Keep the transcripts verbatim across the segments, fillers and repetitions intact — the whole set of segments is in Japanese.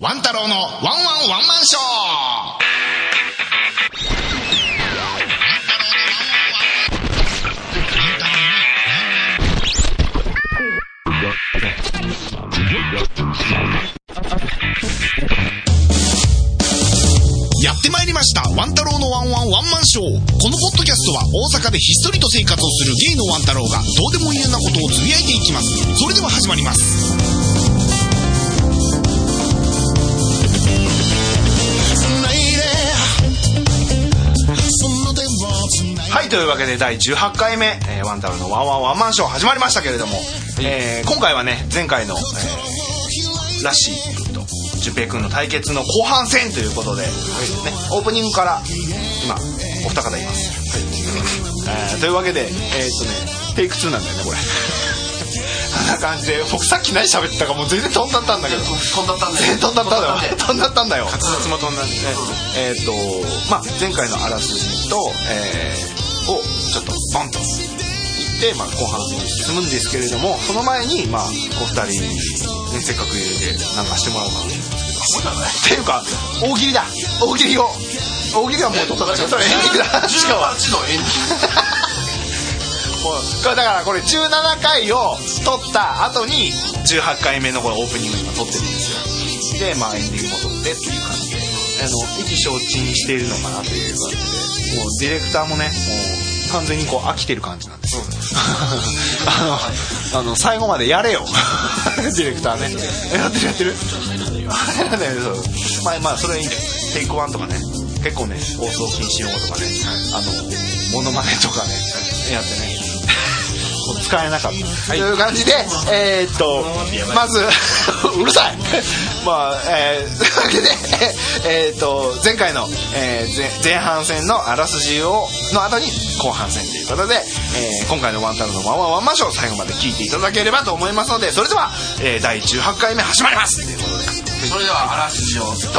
ワン太郎のワンワンワンマンショー。やってまいりましたワン太郎のワンワンワンマンショー。このポッドキャストは大阪でひっそりと生活をするゲイのワン太郎がどうでもいいようなことをつぶやいていきます。それでは始まります。はい、というわけでだいじゅうはちかいめ、えー、ワン太郎のワンワンワンマンショー始まりましたけれども、えー、今回はね前回の、えー、ラッシー君と淳平君の対決の後半戦ということで、はいね、オープニングから今お二方います、はいえー、というわけで、えー、っとねテイクツーなんだよねこれこんな感じで僕さっき何喋ってたかもう全然飛んだったんだけど飛んだったんだよ飛んだったんだよ飛んだったんだよ滑舌も飛んだんでえー、っとまあ前回のあらすじと、えー、をちょっとボンと言って、まあ、後半戦に進むんですけれども、その前にまあお二人に、ね、せっかく入れてなんかしてもらおうかなと思うんですけどっていうか大喜利だ大喜利を大喜利はもう取ったからそれエンディングだじゅうはちのエンディングだからこれじゅうななかいを撮った後にじゅうはちかいめのこのオープニング今撮ってるんですよ。でまあエンディングも撮ってっていう感じであの意気消沈しているのかなという感じでもうディレクターもねもう完全にこう飽きてる感じなんですよあのあの最後までやれよディレクターねやってるやってるまあまあそれはいいんだよ。テイクワンとかね結構ね放送禁止用語とかねあのモノマネとかねやってね使えなかった、はい、という感じでえー、っとまずうるさいまあえー、というわけでえー、っと前回の、えー、前半戦のあらすじをの後に後半戦ということで、えー、今回のワンタロのワンワンワンマンショーを最後まで聞いていただければと思いますのでそれでは、えー、だいじゅうはちかいめ始まりますということでそれではあらすじをどうぞ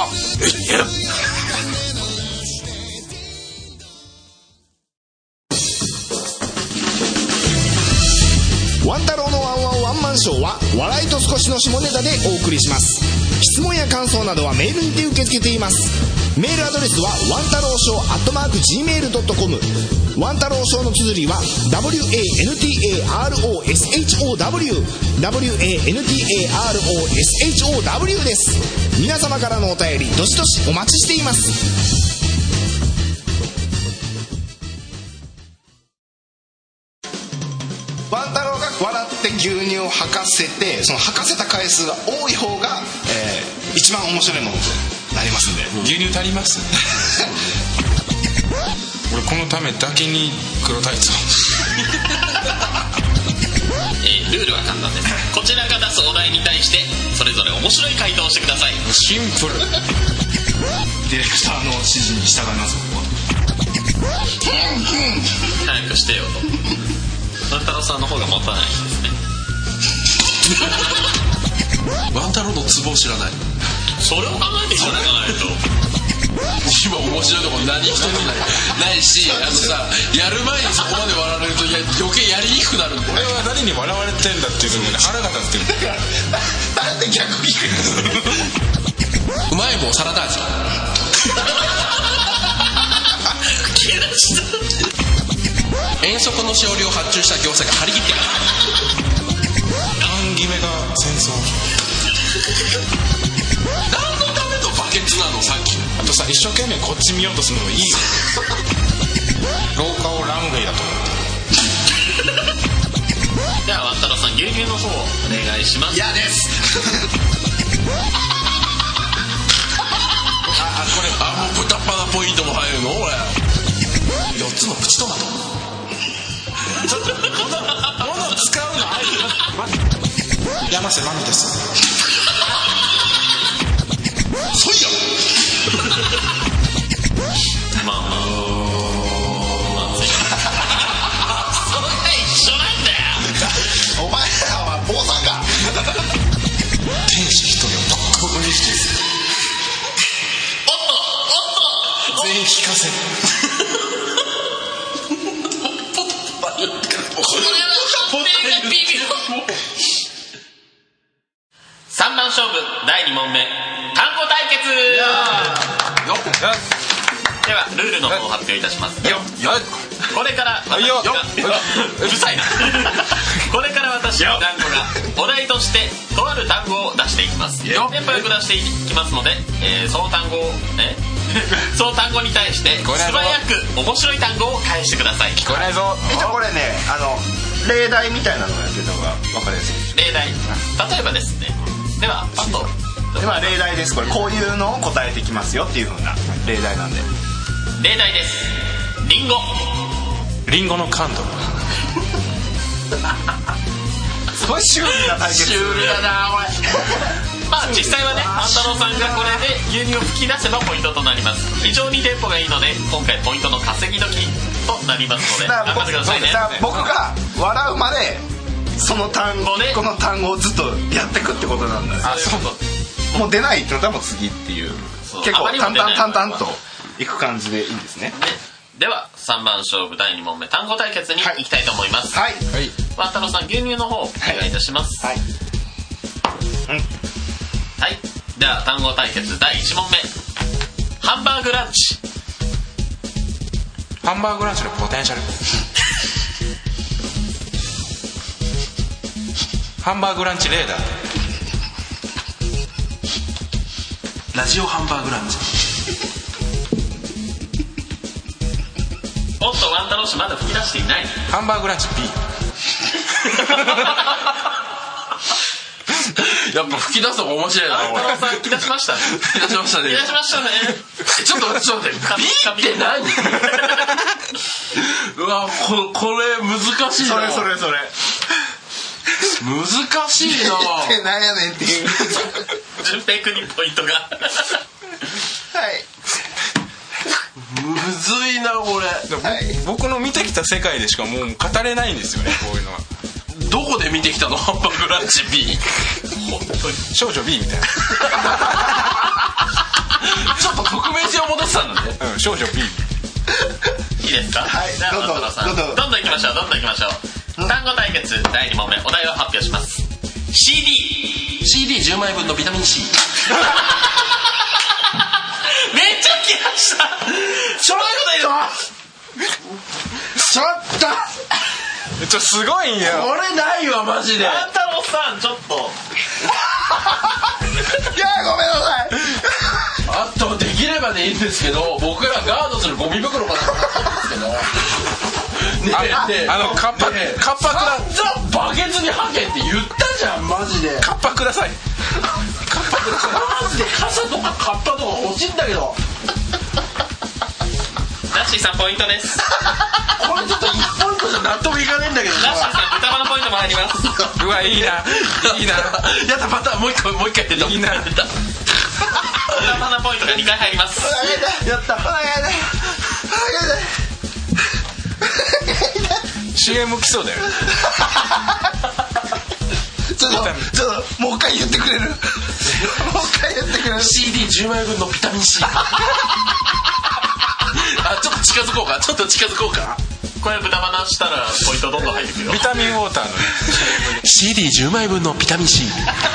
ワン太郎のワンワンワンマンショーは笑いと少しの下ネタでお送りします。質問や感想などはメールにて受け付けています。メールアドレスはワン太郎ショーアットマーク ジーメールドットコム ワン太郎ショーの綴りは ワンタローショー ワンタローショー です。皆様からのお便りどしどしお待ちしています。ワン太郎が笑って牛乳を吐かせてその吐かせた回数が多い方が、えー、一番面白いものとなりますんで牛乳足ります俺このためだけに黒タイツをえー、ルールは簡単です。こちらが出すお題に対してそれぞれ面白い回答をしてください。 シンプルディレクターの指示に従います僕は早くしてよとワン太郎さんの方が持たないですねワン太郎のツボを知らないそれを考えていただかないと今面白いとこ何一つないないしあのさやる前にそこまで笑われるとや余計やりにくくなるんだよ。 俺は誰に笑われてんだっていうのに腹が立ってるなんで逆にうまい棒サラダ味消え出した遠足のしおりを発注した業者が張り切ってる半決めが戦争何のためのバケツなのさっきあとさ一生懸命こっち見ようとするのもいいよ廊下をランウェイだと思ってではワン太郎さん牛乳の方をお願いします。 嫌ですあこれあもう豚っ鼻ポイントも入るのこれよっつのプチトマトちょっと物使うのあり山瀬まみですそいやまあまあまずいそれが一緒なんだよお前らは坊さんか天使一人をボッコボコにしておっとおっと全員引かせこれは判定が微妙さんばん勝負だいに問目決。ではルールの方を発表いたします。よこれから私がうるさいなこれから私団子がお題としてとある単語を出していきます。テンポよく出していきますので、えー、その単語をえその単語に対して素早く面白い単語を返してください。 聞こえないぞ。 一応これね、あの例題みたいなのをやってた方が分かりやすい。 例題、例えばですね、ではパッとでは例題です。これこういうのを答えてきますよっていう風な例題なんで。 例題です。リンゴ。 リンゴの感度。 すごいシュールな対決。 シュールだなこれまあ実際はね、万太郎さんがこれで牛乳を吹き出せばポイントとなります。非常にテンポがいいので今回ポイントの稼ぎ時となりますので頑張ってくださいね。 僕が笑うまでその単語でこの単語をずっとやっていくってことなんだよ。 あ、そうそう。 もう出ないってのはもう次っていう、結構淡々淡々といく感じでいいんですね。 で, ではさんばん勝負だいに問目単語対決にいきたいと思います。 はい、 万太郎さん牛乳の方お願いいたします。 はい、 はい、うん、はい、では単語対決だいいち問目、ハンバーグランチ。 ハンバーグランチのポテンシャル。ハンバーグランチレーダー。 ラジオハンバーグランチ。 おっと万太郎氏まだ吹き出していない。 ハンバーグランチ B。 やっぱ吹き出すのが面白いな。 万太郎さん吹き出しましたね。 吹き出しましたね。 吹き出しましたね。 ちょっと待ってちょっと待って B って何うわ こ, これ難しいな。 それそれそれ難しいなってなんやねんっていう順平君にポイントがはいむずいなこれ、 はい、僕の見てきた世界でしかもう語れないんですよね、こういうのは。 どこで見てきたのハンバーグランチ B。 本当に少女 B みたいなちょっと匿名性を戻したんだね、 うん、少女 B。 いいですか。 はい、 じゃあどんどん万太郎さんどんどんどんどんいきましょうどんどんいきましょう。単語対決だいに問目お題を発表します。 シーディー。 シーディーじゅう 枚分のビタミン C。 めっちゃ来ました。 ちょっとちょっとちょすごいんや。 これないわマジで。 万太郎さんちょっといやごめんなさい。 あとできればでいいんですけど、僕らガードするゴミ袋かなと思ったんですけどねえねえ、 あのカッパ、 ねえカッパくだ散々バケツにはけって言ったじゃんマジで。 カッパください。カッパください。 マジで傘とかカッパとか欲しいんだけど。 ラッシーさんポイントです。 これちょっといちポイントじゃ納得いかねえんだけどラッシーさん豚バラポイントも入ります。 うわいいないいなやったパターンもう一回もう一回出たいいな出た豚バラポイントがにかい入ります。 やったシーエム 来そうだよね。 ちょっとちょっともう一回言ってくれるもう一回言ってくれるシーディーじゅう 枚分のビタミン C。 あちょっと近づこうかちょっと近づこうか。 これ豚バラしたらポイントどんどん入ってくるよ。 ビタミンウォーターのシーディーじゅう 枚分のビタミン C。 ビ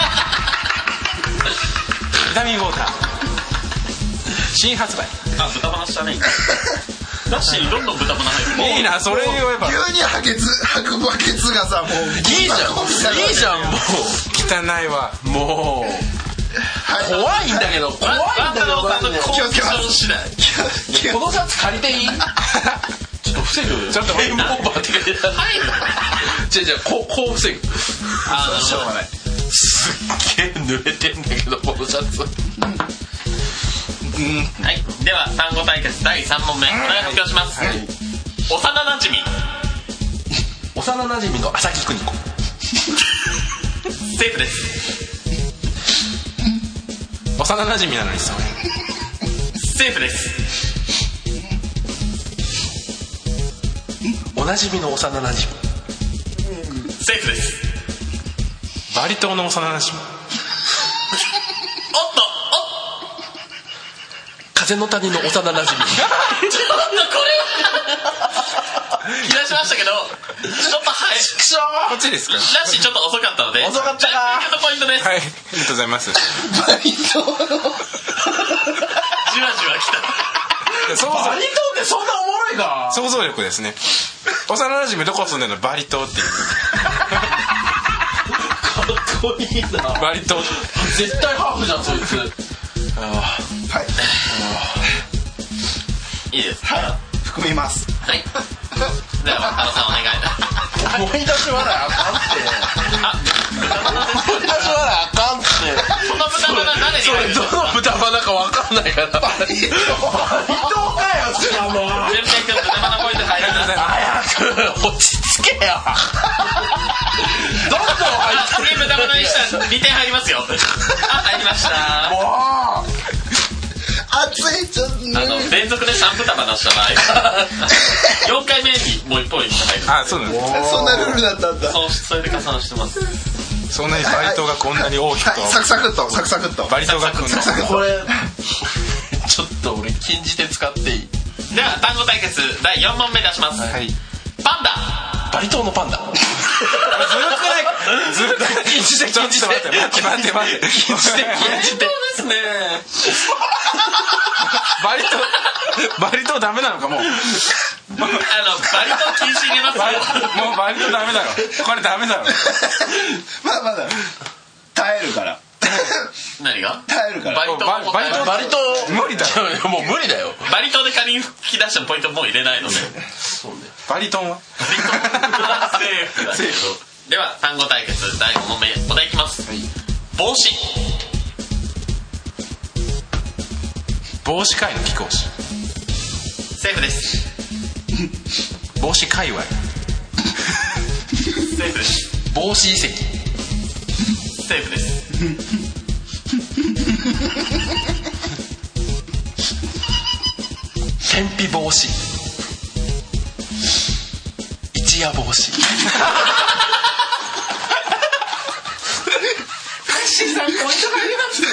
タミンウォーター新発売。 あ豚バラしたね。ラッシーにどんどん豚バラ入ってる。 いいなそれ言えば。 牛乳吐けつ吐くバケツがさもういいじゃんいいじゃんも汚いわうもう怖いんだけど怖いんだけど万太郎さんのコンディション次第。 このシャツ借りていい？ちょっと防ぐ。 ちょっと待ってゲームオーバーって書いてある。 はい。 じゃじゃこうこう防ぐ。 あしょうがない。 すっげえ濡れてんだけどこのシャツ。 はい、では単語対決だいさん問目お題発表します、はい、幼なじみ。 幼なじみの浅木邦子。 セーフです。 幼なじみなのにさセーフです。 おなじみの幼なじみ。 セーフです。 バリ島の幼なじみ。 おっと風の谷の幼なじみ。ちょっとこれは引き出しましたけどちょっとはいくしょーこっちですか。 ラッシーちょっと遅かったので遅かったかポイントです。 はいありがとうございます。 バリ島の想像バリ島ってそんなおもろいか。 想像力ですね。幼馴染どこ住んでるの？バリ島っていう。 かっこいいな。 バリ島絶対ハーフじゃんそいつ。 はいいいですか。 はい含みます。 はい。では渡野さんお願い。 思い出し笑いあかんって。 あ、 思い出し笑いあかんって。 この豚バナ誰にそれどの豚バナかわかんないから。バリ島かよしかも。 順平君豚バナポイント入ります。 早く落ち着けよ。どんどん入って次豚バナにしたらにてん入りますよ。あ、入りました。 もう熱いちょっとあの連続でさん豚バナした場合よんかいめにもういちポイント入る。 あ、そうなんです。 そんなルールだったんだ。 そう、それで加算してます。 そんなにバリ島がこんなに大きくと、 はい、サクサクっとサクサクっとバリ島が来るの。 これちょっと俺禁じ手使っていい？ では単語対決だいよん問目出します。 はい。 パンダ。 バリ島のパンダ。 ずるくない？ずるくない？禁じ手禁じ手。待って待って待って待って。禁じ手禁じ手ですね。 バリ島バリ島ダメなのかもう。 あのバリ島禁止入れますよ。 もうバリ島ダメだろ。これダメだろ。 まだまだ耐えるから。 何が？ 耐えるから。 バリ島ババリ島バリ島無理だよ。 もう無理だよ。 バリ島で仮に吹き出したポイントもう入れないので。 そうね。 バリ島は？ バリ島はセーフだけど。では単語対決だいご問目お題いきます。帽子。 帽子界の貴公子。 セーフです。 帽子界隈。 セーフです。 帽子遺跡。 セーフです。 天日帽子。一夜帽子。 シーさんポイント入ります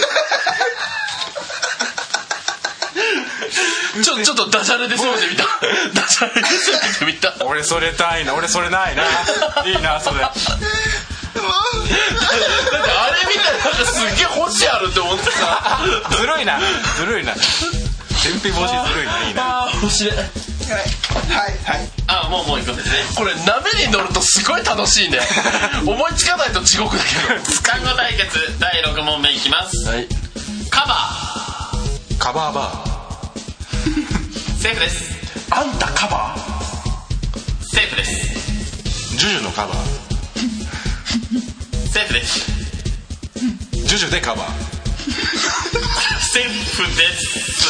ちょちょっとダジャレで攻めてみた。ダジャレで攻めてみた。 俺それたいな。俺それないな。いいなそれ。 だってあれ見たらなんかすっげえ星あるって思ってさ。 ずるいな。ずるいな。天日帽子ずるいな。いいな。 あー面白い。 はいはいはい。 あ、もうもう行くんですね。 これ鍋に乗るとすごい楽しいね。思いつかないと地獄だけ単語対決だいろく問目いきます。 ど。はい。 カバカバーバー。 ー。セーフです。 あんたカバー。 セーフです。 ジュジュのカバー。 セーフです。 ジュジュでカバー。 セーフです。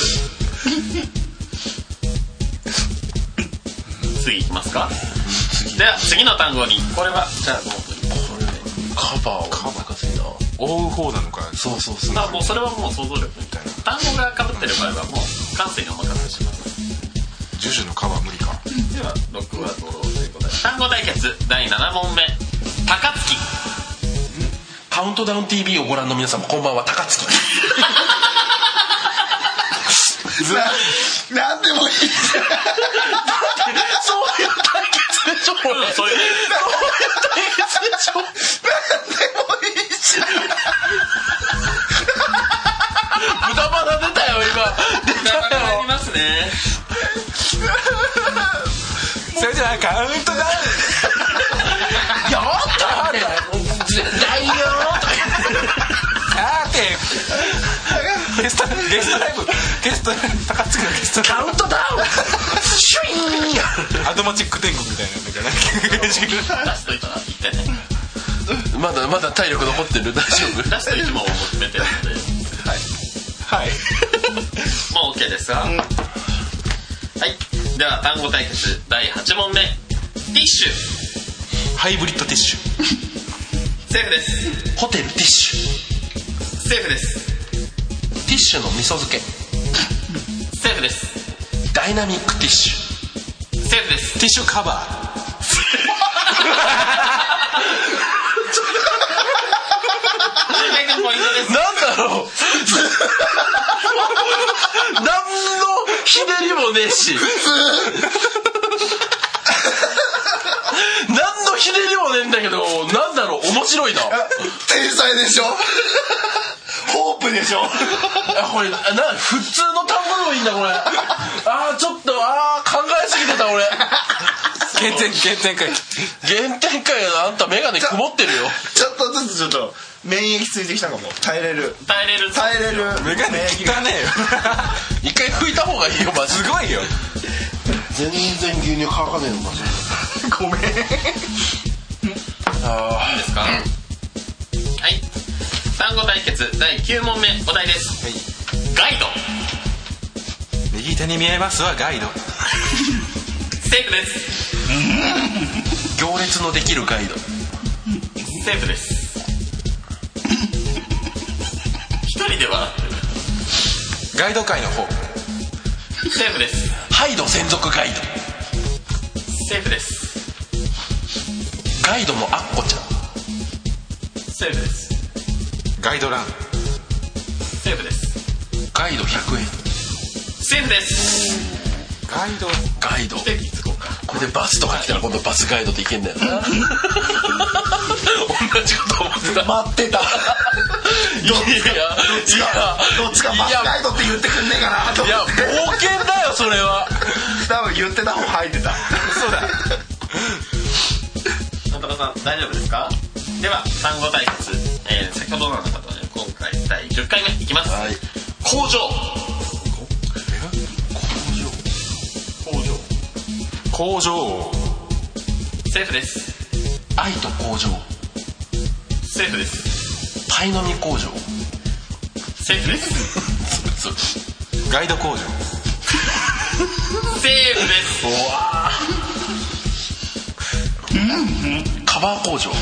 次いきますか。では次の単語にこれはじゃあもうこれカバーは難しいな。 覆う方なのか。 そうそうそう。 あ、もうそれはもう想像力みたいな。単語が被ってる場合はもう感性にお任せします。 ジュジュのカバー無理か。 ではろくはドローということで単語対決だいなな問目。高槻。 カウントダウン ティーブイ をご覧の皆さんもこんばんは。高槻。 ななんでもいいじゃん。 そういう対決でしょ。 そういうそういう対決でしょ。 なんでもいいじゃん。 豚バナ出たよ今。出たよ。 ありますね。 それじゃあカウントダウン。 やったね。絶対よ。 さてゲストゲストライブゲスト高槻のゲストカウントダウン。シュイーン。 アドマチック天国みたいなんだから出しといたら言ってね。 まだまだ体力残ってる。大丈夫。 出しといても決めてるので。 はいもう OK ですか、うん、はい。では単語対決だいはち問目。ティッシュ。 ハイブリッドティッシュ。 セーフです。 ホテルティッシュ。 セーフです。 ティッシュの味噌漬け。 セーフです。 ダイナミックティッシュ。 セーフです。 ティッシュカバー。 ポイントです。 なんだろう。何のひねりもねえし。何のひねりもねえんだけど、なんだろう、面白いな。 天才でしょ。ホープでしょ。 あ、これな普通の単語のばいいんだこれ。あーちょっとあー考えすぎてた俺。 原点原点回原点回やな。あんた眼鏡曇ってるよ。 ちょっとずつちょっと免疫ついてきたかも。耐えれる耐えれる耐えれるメガネ汚ねえよ。 一回拭いた方がいいよマジすごいよ。 全然牛乳乾かねえのマジで。 ごめん。 あいいですか。はい、単語対決だいきゅう問目お題です、はい、ガイド。 右手に見えますはガイド。 セーフです。 行列のできるガイド。 セーフです。一人で笑ってる。 ガイド界の方。 セーフです。 ハイド専属ガイド。 セーフです。 ガイドのアッコちゃん。 セーフです。 ガイドラン。 セーフです。 ガイドひゃくえん。 セーフです。 ガイドガイドこれでバスとか来たら今度バスガイドっていけんだよな。同じこと思ってた。 待ってた。 いやいやどっちかバスガイドって言ってくんねえかなと思って。 いや冒険だよそれは。 多分言ってた方入ってた。 そうだ。なんとかさん大丈夫ですか。では単語対決、えー、先ほどの方とね今回だいじゅっかいめいきます、はい、工場。 工場。 セーフです。 愛と工場。 セーフです。 パイの実工場。 セーフです。 ガイド工場。 セーフです。 うわーカバー工場。 セー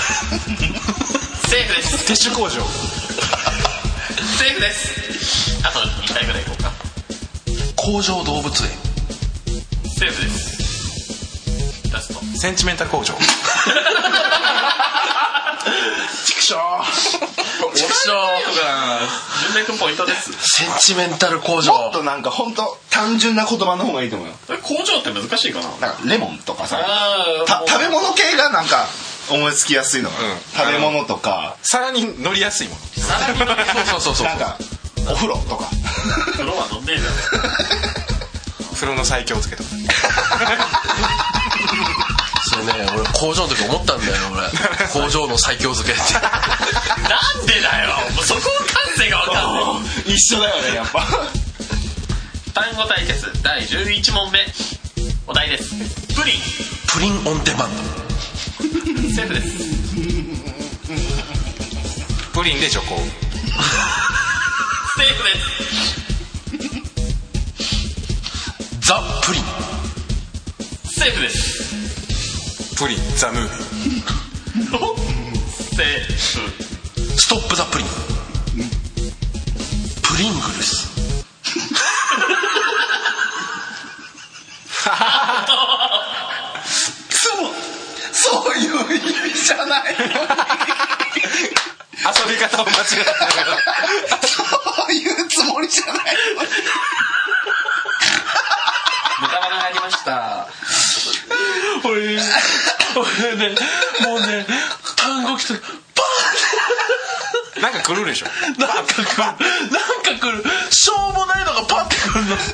フです。 ティッシュ工場。 セーフです。あといっかいぐらいいこうか。 工場動物園。 セーフです。ラストセンチメンタル工場。 チクショーチクショー純明君ポイントです。 センチメンタル工場。 もっとなんか本当単純な言葉の方がいいと思うよ。 工場って難しいかな。 なんかレモンとかさ、た食べ物系がなんか思いつきやすいのが、うん、食べ物とかさらに乗りやすいもの。 そうそうそうそう。 なんかお風呂とか。 風呂は飲んでんだよ。 風呂の最強付けとか。 それね、俺工場の時思ったんだよ俺。工場の最強漬けって。 なんでだよ。もうそこの感性が分かんない。 一緒だよねやっぱ。 単語対決だいじゅういち問目お題です。プリン。 プリンオンデマンド。 セーフです。 プリンでチョコ。 セーフです。 ザ・プリン。 セーフです。 プリンザ・ムービー。 セーフ。 ストップ・ザ・プリン。プリングルス。 そういう意味じゃないの。 遊び方を間違えた。 そういうつもりじゃないの。 豚バラ入りました。 俺俺ねもうね単語来てパーンなんか来るでしょ。 なんか来るなんか来るしょうもないのがパッて来るの。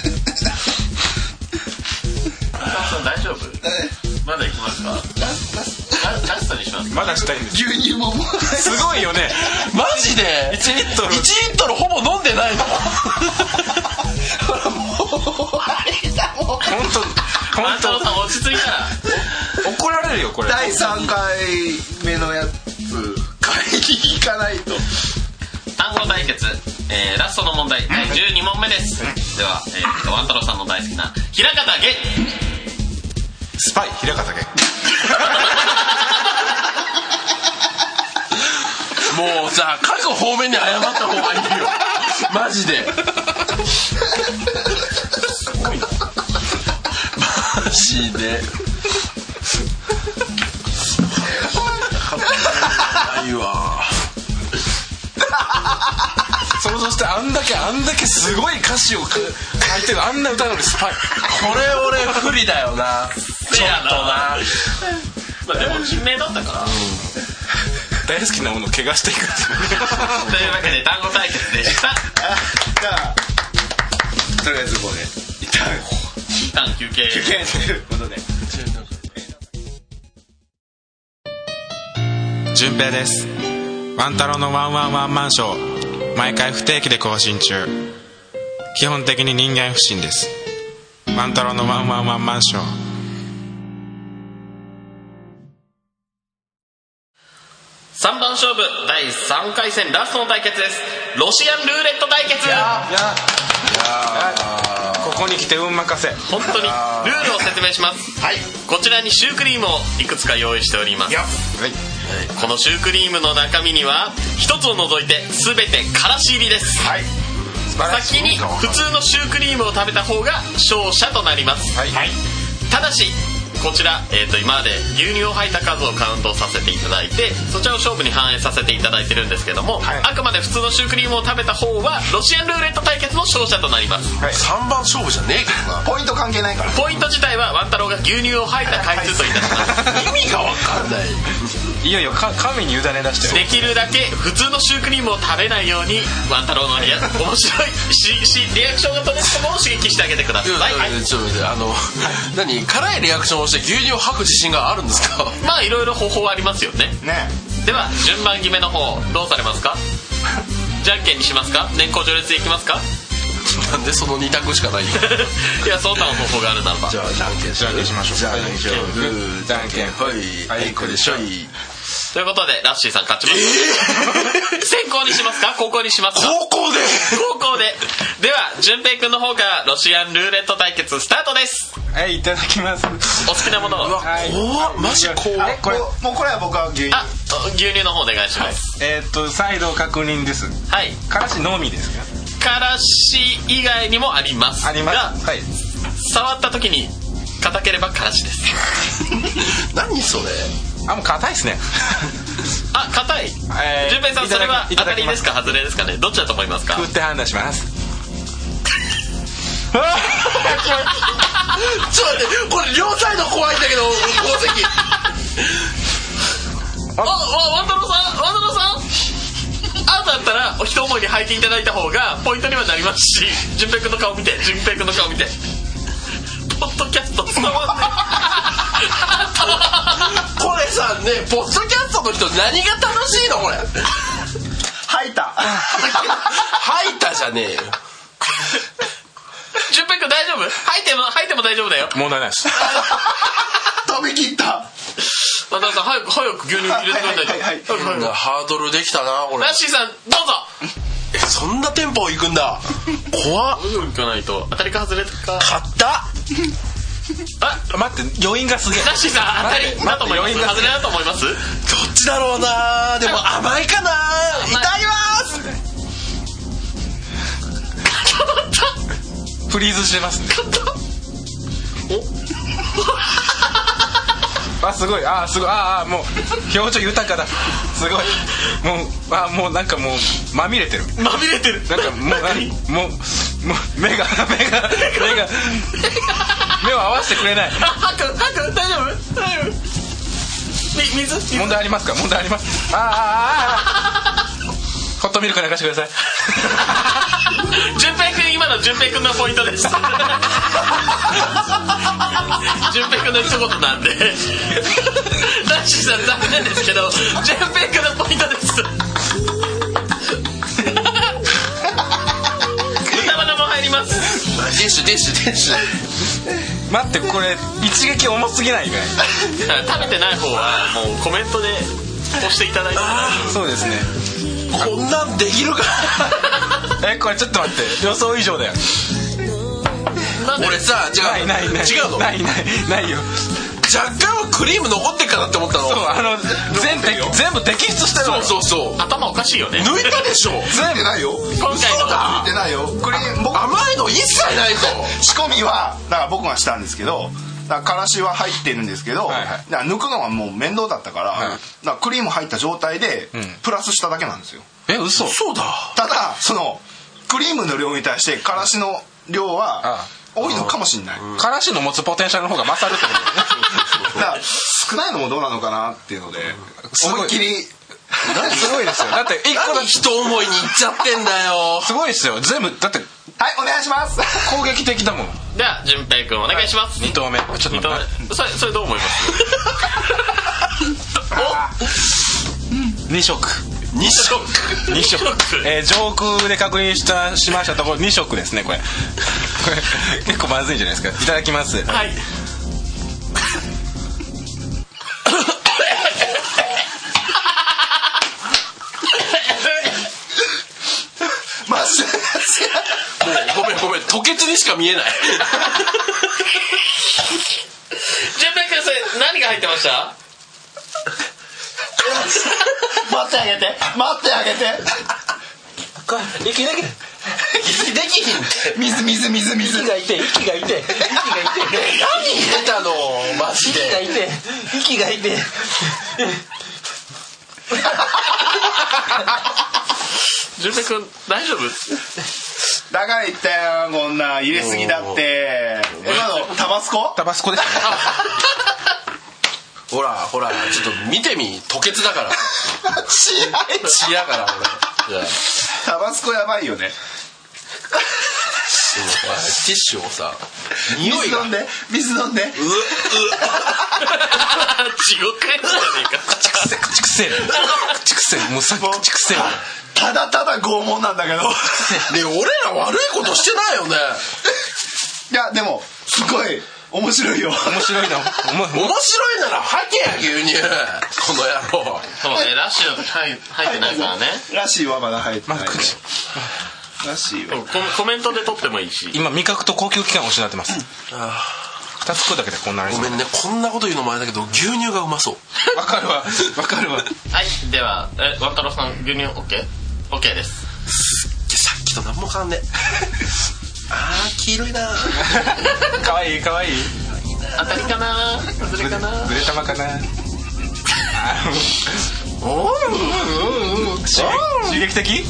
大丈夫？まだ行きますか？ラストにします。 まだしたいんです。 牛乳ももうすごいよね。 マジでいちリットルいちリットルほぼ飲んでないの。 ほらもうあれだもん。 本当万太郎さん落ち着いたら怒られるよこれ。 だいさんかいめのやつ買いに行かないと。 単語対決、えー、ラストの問題だいじゅうに問目です。では、えー、万太郎さんの大好きな平方源。 スパイ平方源。 もうさ各方面に謝った方がいいよマジで。 すごいなマジで。ないわ。 想像してあんだけあんだけすごい歌詞を書いてるあんな歌なのにスパイ。 これ俺不利だよな。ちょっとな。 まあでも人命だったから、うん、 大好きなものを怪我していく。 というわけで単語対決でした。 じゃあとりあえずこうね一旦一旦休憩休憩ということで。 順平です。ワンタロのワンワンワンマンショー、毎回不定期で更新中。基本的に人間不信です。ワンタロのワンワンワンマンショー。 さんばん勝負だいさんかい戦ラストの対決です。ロシアンルーレット対決。 いやいやここに来て運任せ。 本当にルールを説明します。はい、こちらにシュークリームをいくつか用意しております。はい、このシュークリームの中身には一つを除いて全てからし入りです。はい、先に普通のシュークリームを食べた方が勝者となります。はい、ただしこちら、えー、と今まで牛乳を吐いた数をカウントさせていただいて、そちらを勝負に反映させていただいてるんですけども、はい、あくまで普通のシュークリームを食べた方はロシアンルーレット対決の勝者となります。はい、 さんばん勝負じゃねえけどな。 ポイント関係ないから。 ポイント自体はワン太郎が牛乳を吐いた回数といたします。 意味が分かんない。 いよいよ神に委ね出してる。 できるだけ普通のシュークリームを食べないようにワン太郎のリア面白いししリアクションが取れるところを刺激してあげてください。はい、 ちょっと待って、あの何辛いリアクションをして牛乳を吐く自信があるんですか？ まあいろいろ方法はありますよね。ね。では順番決めの方どうされますか？じゃんけんにしますか？年功序列でいきますか？ なんでそのに択しかないよ。 いやその他の方法があるならばじゃあじゃんけんじゃんけんしましょう。 じゃんけんグーじゃんけんほいはいこれしょいということでラッシーさん勝ちました。えー、先行にしますか後攻にしますか？ 後攻で後攻で。では順平くんの方からロシアンルーレット対決スタートです。 はい、いただきます。 お好きなものを。 うわ怖っマジ怖っ。 これもうこれは僕は牛乳。 あ牛乳の方お願いします。 はい、えー、っと再度確認です。 はい、 からしのみですか？ からし以外にもありますありますが、 はい、 触った時に硬ければからしです。 何それ？ あ、もう硬いですね。 あ、硬い。 えー、 順平さんそれは当たりですかい外れですかね？どっちだと思いますか？ 食って判断します。 ちょっと待ってこれ両サイド怖いんだけど宝石。 あ、ワン太郎さんワン太郎さんアウトだったら一思いに履いていただいた方がポイントにはなりますし、順平くんの顔見て順平くんの顔見てポッドキャスト伝わんねこれさねポッドキャストの人何が楽しいのこれ。 吐いた吐いたじゃねえよ。 順平くん大丈夫？吐いても吐いても大丈夫だよ。 問題ないです。 飛び切った。 ワン太郎さん早く早く牛乳入れてください。 はいはいはいはい、ハードルできたなこれ。 ラッシーさんどうぞ。 えそんなテンポ行くんだ。怖っ。 行かないと当たりか外れか。 勝った。 あ、待って余韻がすげえ。 ラッシーさん当たりだと思います？外れだと思います？ どっちだろうな。でも甘いかな。いただきます。 フリーズしてますね。おあすごいあすごいああもう表情豊かだ。すごいもうあもうなんかもうまみれてる。 まみれてる。 なんかもう何もうもう目が目が目が目を合わせてくれない。 あ吐く吐く大丈夫大丈夫。み水水問題ありますか？問題あります。ああああホットミルク流してください。 順平くん今の順平くんのポイントです。順平くんの一言なんでラッシーさん残念ですけど順平くんのポイントです。歌花も入ります。 ディッシュディッシュディッシュ。 待ってこれ一撃重すぎないかい？ 食べてない方はもうコメントで押していただいて。 そうですね。 こんなんできるか。 えこれちょっと待って予想以上だよ。 俺さ違うないないない違うのないないないよ。 若干はクリーム残ってっかなって思ったの。 そうあの全部全部摘出してるのよ。 そうそうそう。 頭おかしいよね。 抜いたでしょ。 全部ないよ。 今回の抜いてないよ。クリーム甘いの一切ないぞ。 仕込みはだから僕がしたんですけど。だからからしは入ってるんですけど、はいはい、だから抜くのはもう面倒だったから、はい、だからクリーム入った状態でプラスしただけなんですよ。 え嘘？ そうだ。 ただそのクリームの量に対してからしの量は多いのかもしれない。 からしの持つポテンシャルの方が勝るってことだね。だから少ないのもどうなのかなっていうので思いっきり。 すごいですよ。だって一個だけ一思いにいっちゃってんだよ。 すごいですよ。全部だってはいお願いします。 攻撃的だもん。 では順平くんお願いします。 に投目。ちょっと待って。 それそれどう思います？ に色に色に色、えー、上空で確認したしましたところに色ですね。これこれ結構まずいんじゃないですか。いただきます。 はい。 マジでもうごめんごめん、吐血にしか見えない。 順平くんそれ何が入ってました？ 待ってあげて待ってあげてこれ息でき息できひんって水水水水息がいて息がいて息がいて何入れたのマジで。 息がいて息がいて順平くん大丈夫？ だから言ったよ、こんな入れすぎだって。今のタバスコ？ タバスコですね。 ほらほらちょっと見てみ、吐血だから血血やから俺。 タバスコやばいよね。 ティッシュをさ、匂いが水飲んで水飲んで。うう地獄やつじゃねえか。 口癖口癖口癖もうさっき口癖。 ただただ拷問なんだけど。ね俺ら悪いことしてないよね。 いやでもすごい面白いよ。 面白いな。 面白いなら吐けや牛乳。この野郎。 そうね、ラッシーの時入ってないからね。 ラッシーはまだ入ってない。 まあ口ラッシーはコメントで撮ってもいいし。 今味覚と呼吸器官を失ってます。ふたつ食うだけでこんなに。 ごめんね、こんなこと言うのもあれだけど牛乳がうまそう。 わかるわわかるわ。 はい、ではえワンタロウさん牛乳 OK？ OK です。 すっげえさっきと何も変わんね。あー黄色いな。 かわいいかわいい。 当たりかな外れかなずれ玉かな。 おお刺激的。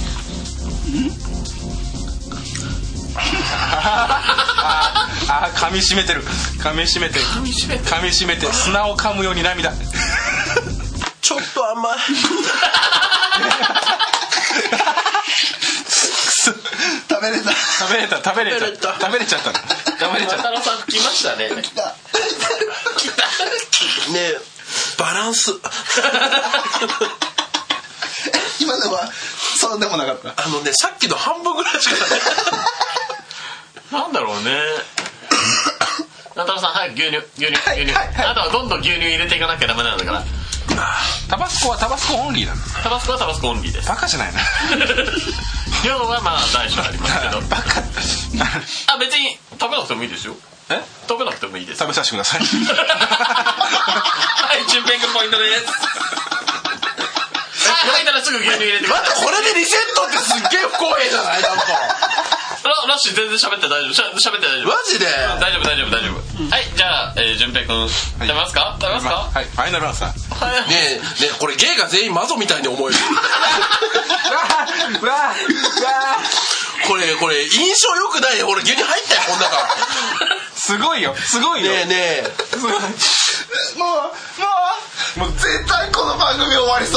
ああ噛み締めてる噛み締めてる噛み締めて噛み締めて砂を噛むように涙。 ちょっと甘い。 食べれた食べれた食べれちゃった食べれちゃった食べれちゃった。 ワンタロウさん来ましたね。来た来た。 ねえバランス。 今のはそうでもなかった。 あのねさっきの半分ぐらいしかない。 なんだろうね。ワンタロウさん早く牛乳牛乳牛乳。あとはどんどん牛乳入れていかなきゃダメなんだから。 タバスコはタバスコオンリーなの。 タバスコはタバスコオンリーです。 バカじゃないな。 量はまあ大小ありますけど。 バカ。 あ別に食べなくてもいいですよ。 え？ 食べなくてもいいです。 食べさせてください。 はい順平くんポイントです。はい、吐いたらすぐ牛乳入れてください。 待ってこれでリセットってすっげえ不公平じゃないなんか。 ラッシー全然喋って大丈夫。しゃ喋って大丈夫。 マジで大丈夫大丈夫大丈夫。はい、じゃあ順平くん食べますか？食べますか？ はい、ファイナルアンサー。 ねえねえこれゲイが全員マゾみたいに思える。 うわうわこれこれ印象良くないね。俺牛乳入ったよこん中。 すごいよすごいよ。 ねえねえもうもうもう絶対この番組終わりそう。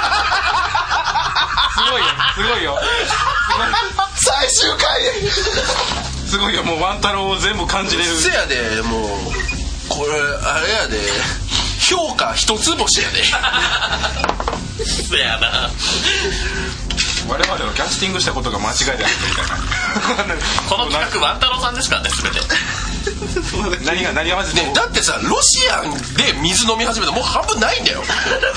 すごいよすごいよ最終回。 すごいよ。もうワンタロウを全部感じれる。 せやでもうこれあれやで評価一つ星やで。 せやな。 我々のキャスティングしたことが間違いであったみたいな。 この企画ワンタロウさんですからね全て。 何が何がまずね、だってさロシアンで水飲み始めたらもう半分ないんだよ。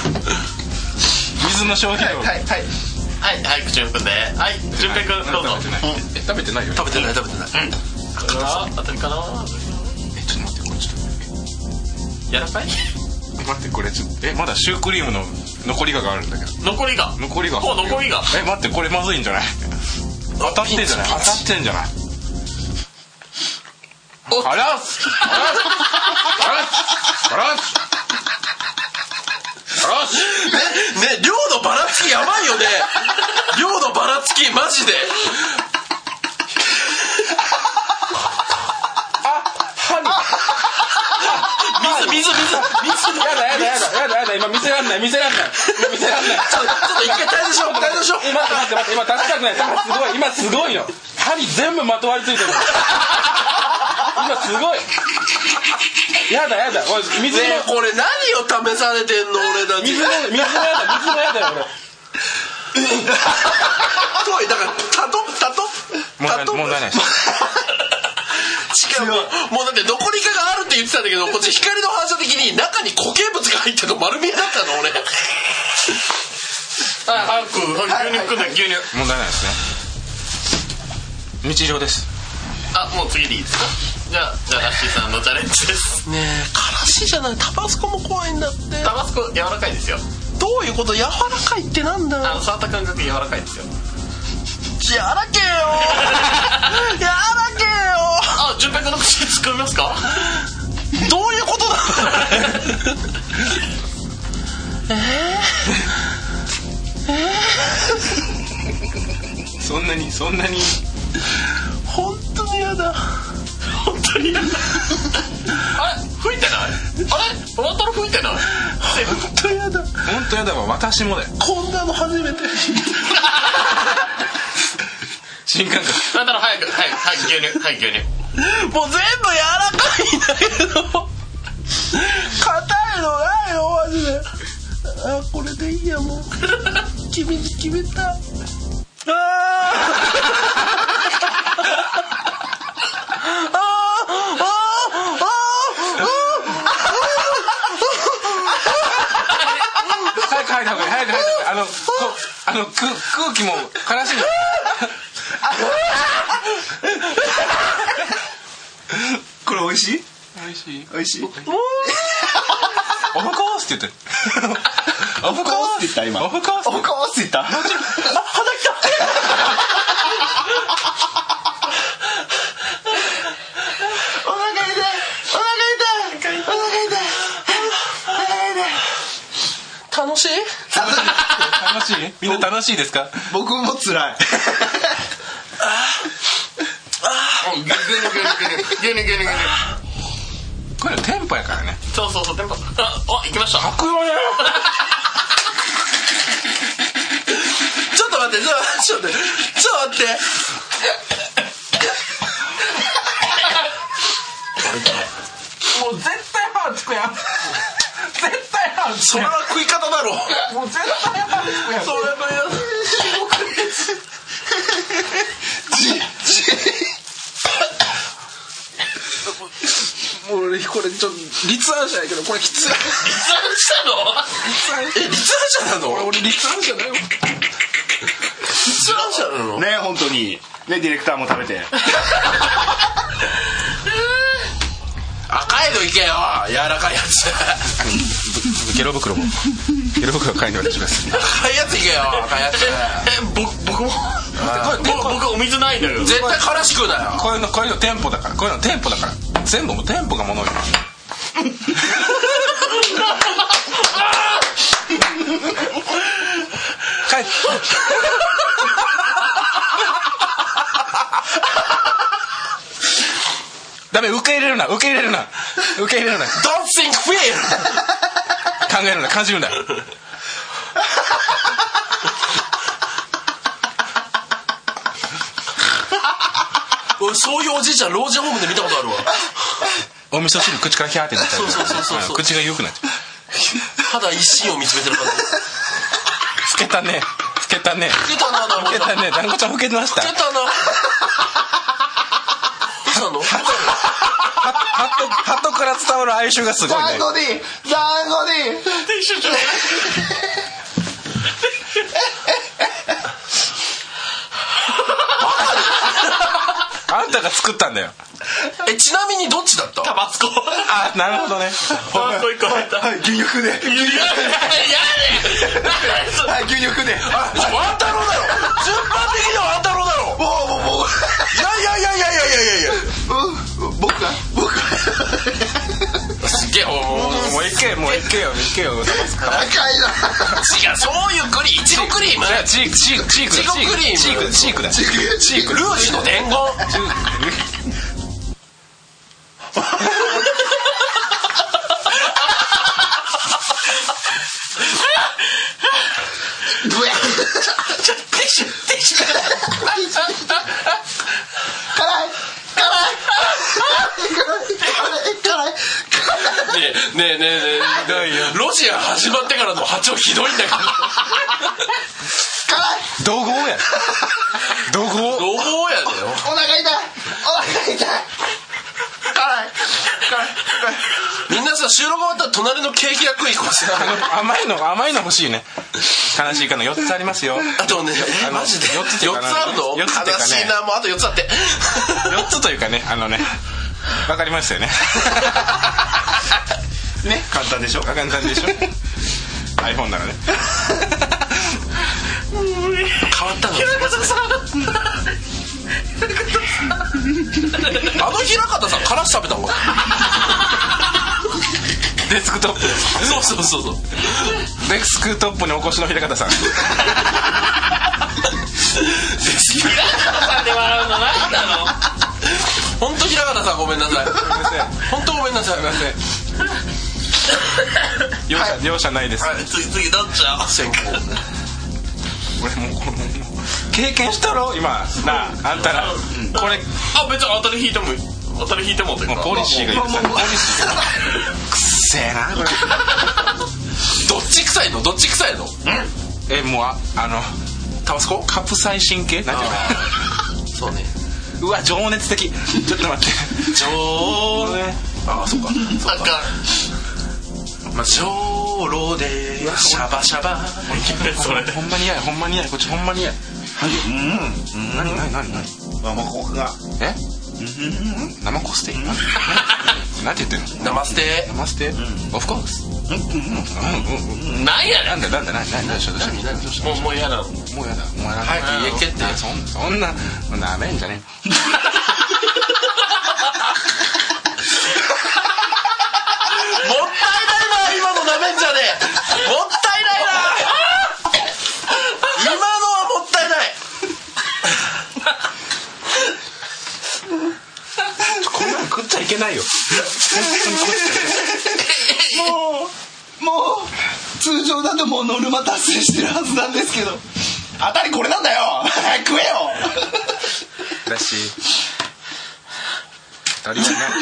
水の消費量。 はいはいはいはいはい口をくんで。はい順平くんどうぞ。 え食べてないよ。 食べてない食べてない。 うん。これは当たりかな。 えちょっと待ってこれちょっと。 やらかい？ 待ってこれちょっとえまだシュークリームの残りががあるんだけど。 残りが。 残りが。 お残りが。 え待ってこれまずいんじゃない？当たってんじゃない？当たってんじゃない？ おあらすあらすあらすあらすねね量のばらつきやばいよね。量のばらつきマジで。水水水水やだやだやだやだやだ今見せらんない見せらんない見せらんない。 ちょっと一回退場しよう退場しよう。 待って待って待って今出したくない。すごい今すごいよ。 針全部まとわりついてる今すごいやだやだおい水の、 ね、これ何を試されてんの俺たち水の水のやだ水のやだよ俺遠いだからタトタトタト問題ないです違うもうだって残り香があるって言ってたんだけどこっち光の反射的に中に固形物が入ってるの丸見えだったの俺早く牛乳くんだ牛乳問題ないですね日常です。 あもう次でいいですか。じゃあじゃあラッシーさんのチャレンジですねえからしじゃないタバスコも怖いんだってタバスコ柔らかいですよ。 どういうこと柔らかいってなんだよあの触った感覚柔らかいですよ。 柔らけよ柔らけよあ順平君の口に突っ込みますか。 どういうことだえー、 えー、そんなにそんなに本当にやだ本当にやだあれ吹いてないあれワンタロ吹いてない本当やだ本当やだわ私もだよこんなの初めて新感覚ワンタロ早く早く早く牛乳早く牛乳もう全部柔らかいんだけど硬いのないのマジであこれでいいやもう決め決めたああ早く吐いた方がいい早く吐いた方がいいあのあの空気もからしいこれ美味しい美味しい美味しいオフコースって言ってオフコースって言った今オフコースオフコースって言った肌きたお腹痛いお腹痛いお腹痛い楽しい楽しいみんな楽しいですか。 僕も辛い牛乳牛乳牛乳牛乳牛乳牛乳これテンポやからね。 そうそうそうテンポああ行きました白よねちょっと待ってちょっと待ってちょっと待ってもう絶対歯つくやん絶対歯つくやんそれは食い方だろもう絶対歯つくやんそれのやもう俺これちょっと立案者やけどこれきつい立案したのえ立案者なの俺立案者だよ立案者なのね本当にねディレクターも食べて赤いのいけよ柔らかいやつゲロ袋もゲロ袋買いに渡します赤いやついけよ赤いやつえ僕僕も僕お水ないんだけど絶対からしくだよこういうのこういうの店舗だからこういうの店舗だから全部もう店舗が物を言う帰ってダメ受け入れるな受け入れるな受け入れるな Don't think feel 考えるな感じるな俺そういうおじいちゃん老人ホームで見たことあるわお味噌汁口からヒャーってなっちゃうそうそうそうそうそう口が緩くなっちゃうただ一心を見つめてる感じ老けたね老けたね老けたな老けたね団子ちゃん老けてました老けたなどうしたのハットハットから伝わる哀愁がすごいね団子で団子であんたが作ったんだよえちなみにどっちだったタバスコあなるほどねタバスコ一個入ったはい牛乳くでいやいやはい牛乳くであワンタロウだろ順番的にはワンタロウだろもうもうもういやいやいやいやいやいやいやうん僕が僕がすげえもうもういけもういけよいけよタバスコ高いな違うそういうクリームいちごクリームじゃあチークチークチークいちごクリームチークチークだチークチークルージュの伝言ティッシュティッシュねえねえねえロシア始まってからの波長ひどいんだけど怒号や怒号怒号やでよお腹痛いお腹痛い辛い辛いみんなさ収録終わったら隣のケーキ屋食い行こうぜ甘いの甘いの欲しいね悲しいかなよっつありますよあとねえマジでよっつあるのよっつっていうかね悲しいなもうあとよっつあってよっつというかねあのねわかりましたよねね簡単でしょ簡単でしょiPhone ならね変わったのあの平方さんからし食べたのかデスクトップそうそうそうそうデスクトップにお越しの平方さん平方さんで笑うの何なの本当平方さんごめんなさい本当ごめんなさいすいません容赦、はい、容赦ないです、 はい、次次どっちだ先行俺もうこの経験したろ今なああんたら、うん、これあ別に当たり引いても当たり引いてもというかポリシーが言ってたポリシーがくっせえなこれどっち臭いのどっち臭いのえもうああのタバスコカプサイシン系なんていうのそうねうわ情熱的ちょっと待って情熱ああそうかそうかまあ精霊でシャバシャバそれほんまに嫌やほんまに嫌やこっちほんまに嫌やうん何何何何生コクがえ生コステなんて言ってんの生ステ生ステオフコース何やねんなんだなんだ何何何どうしたもうもう嫌だもう嫌だお前ら早く家蹴ってそんななめんじゃねえもったいないな今のなめんじゃねえもったいないな今のはもったいないこんなの食っちゃいけないよもうもう通常だともうノルマ達成してるはずなんですけど当たりこれなんだよ早く食えよだし当たりはない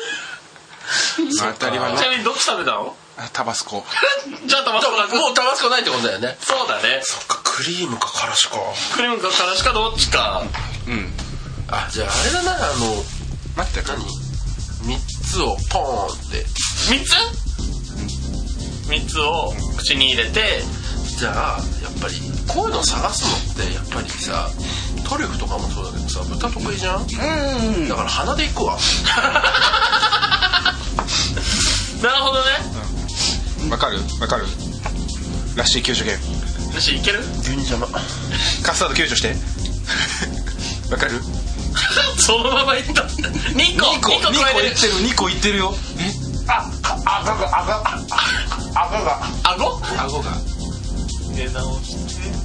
当たりはないちなみにどっち食べたのタバスコじゃあタバスコなくもうタバスコないってことだよねそうだねそっかクリームかからしかクリームかからしかどっちかうんあじゃああれだなあの待って何みっつをポーンってみっつみっつを口に入れてじゃあやっぱりこういうの探すのってやっぱりさトリュフとかもそうだけどさ豚得意じゃんうんだから鼻でいくわなるほどねわかるわかるラッシー救助犬ラッシーいける牛乳邪魔カスタード救助してわかるそのままいったにこにこにこいってるにこいってるよああががあがあががあごあごが出直して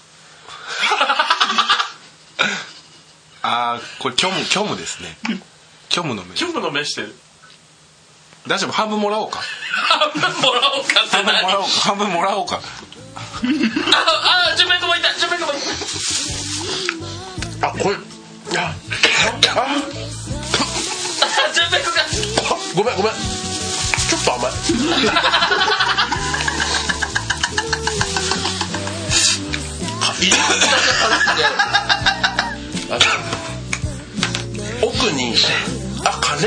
あーこれ虚無虚無ですね虚無の目虚無の目してる大丈夫半分もらおうか半分もらおうかって何半分もらおうか半分もらおうかああ順平君もいた順平君もいあこれああ順平君がごめんごめんちょっと甘い入り口だけあの奥にあ金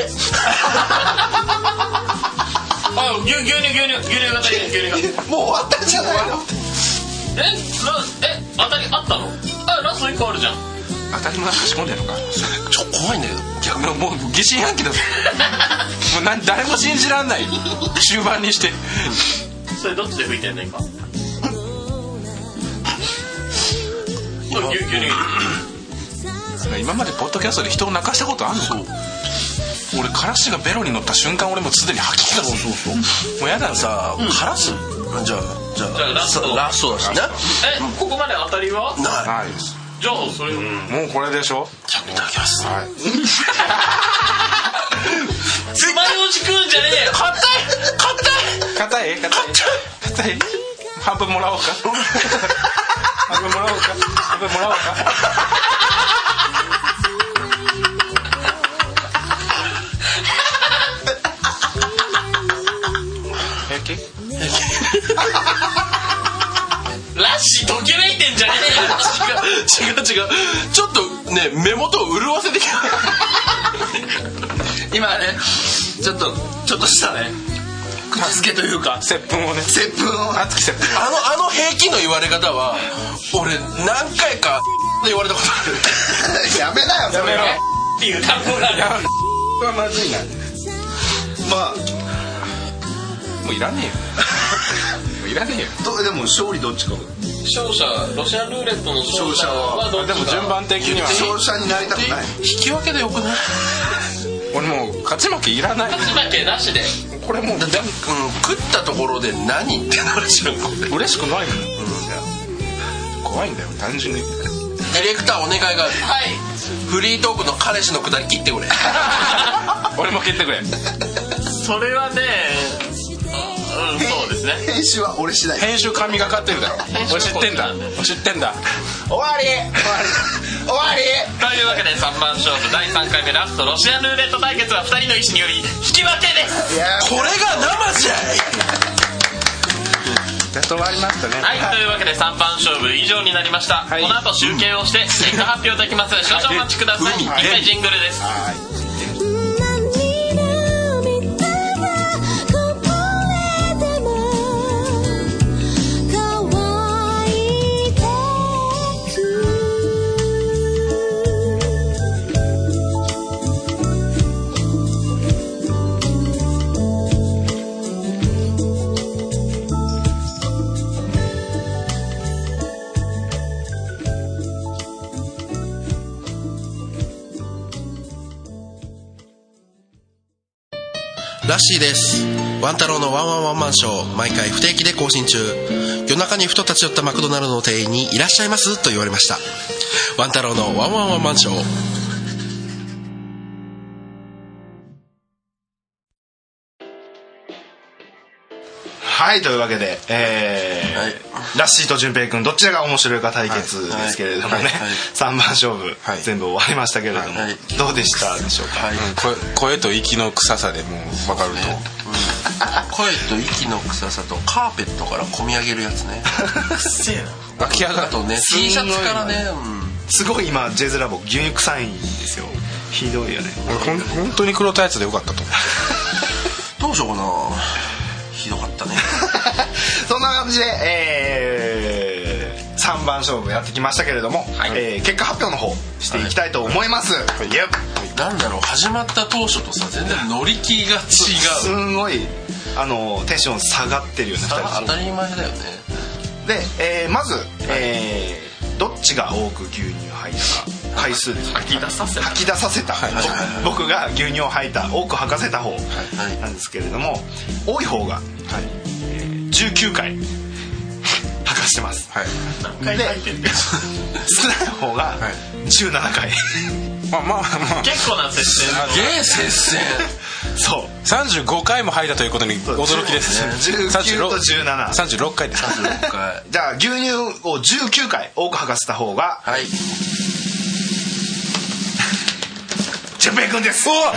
あ牛牛乳牛乳牛乳が足りない牛乳がもう終わったんじゃないのえラえ当たりあったのあラストいっこあるじゃん当たりもなんか仕込んでるのかちょっと怖いんだけど逆にもう疑心暗鬼だぞもうな誰も信じらんない終盤にしてそれどっちで吹いてんの今牛乳今までポッドキャストで人を泣かしたことあんのか俺カラシがベロに乗った瞬間俺もうすでに吐き気がするそうそうそうもうやださあ、うん、カラスじゃあじゃあじゃあラストラストだしねえここまで当たりはないないですじゃあそれ、うん、 もうこれでしょじゃあいただきます、 はい、 つまようじ食うんじゃねえよ硬い硬い硬い硬い半分もらおうか半分もらおうか半分もらおうかがちょっとね目元を潤わせてきた今ねちょっとちょっとしたね口づけというか接吻をね接吻を熱き接吻あのあの平気の言われ方は俺何回か言われたことあるやめなよそれやめろっていう単語がある。 これはまずいなまあもういらねえよもういらねえよどでも勝利どっちか勝者ロシアンルーレットの勝者はどっちがでも順番的には勝者になりたくない引き分けでよくない俺もう勝ち負けいらない勝ち負けなしでこれもうだって、うん、食ったところで何ってなるじゃん嬉しくないもん、うん、怖いんだよ単純にディレクターお願いがある、 はいフリートークの彼氏のくだり切ってくれ俺も切ってくれそれはねうんそうですね編集は俺次第編集神がかってるだろ編集俺知ってんだ俺知ってんだ終わり終わり終わりというわけでさんばん勝負だいさんかいめラストロシアンルーレット対決はふたりの意思により引き分けですいやこれが生じゃいやっと終わりましたねはい、というわけでさんばん勝負以上になりました、 はい、 この後集計をして結果発表できます少々お待ちください、 はい、 一回ジングルです、 はいラッシーです。ワン太郎のワンワンワンマンショー毎回不定期で更新中。夜中にふと立ち寄ったマクドナルドの店員にいらっしゃいますと言われました。ワン太郎のワンワンワンマンショー。 はいというわけで、えーはい、 ラッシーと順平くんどちらが面白いか対決ですけれどもね、 はいはいはい、 さんばん勝負、 はい、 全部終わりましたけれども、 はい、 どうでしたでしょうか、 はい、 うん、声, 声と息の臭さでもう分かると、ね、 うん、声と息の臭さとカーペットから込み上げるやつねくっせえな湧き上があとね T シャツからね、 うん、すごい今ジェズラボ牛乳臭いんですよ。ひどいよね。 ほん本当に黒タイツでよかったと思うどうしようかな、ひどかったねそんな感じで、えー、さんばん勝負やってきましたけれども、はい、えー、結果発表の方していきたいと思います、はいはい、 なんだろう、始まった当初とさ全然乗り気が違う。 すごいあのテンション下がってるよね。ふたり当たり前だよね。 で、えー、まず、えー、どっちが多く牛乳入ったか回数ですね。 吐き出させた吐き出させた、はいはいはい、僕が牛乳を吐いた多く吐かせた方なんですけれども、はい、多い方が、はい、えー、じゅうきゅうかい吐かしてます、はい、 何回吐いてるで少ない方がじゅうななかいまあまあまあ結構な接戦。 ゲー接戦そうさんじゅうごかいも吐いたということに驚きですね。 じゅうきゅうとじゅうなな、 さんじゅうろっかいです。 さんじゅうろっかいじゃあ牛乳をじゅうきゅうかい多く吐かせた方が、 はい、 順平くんです。おもうもう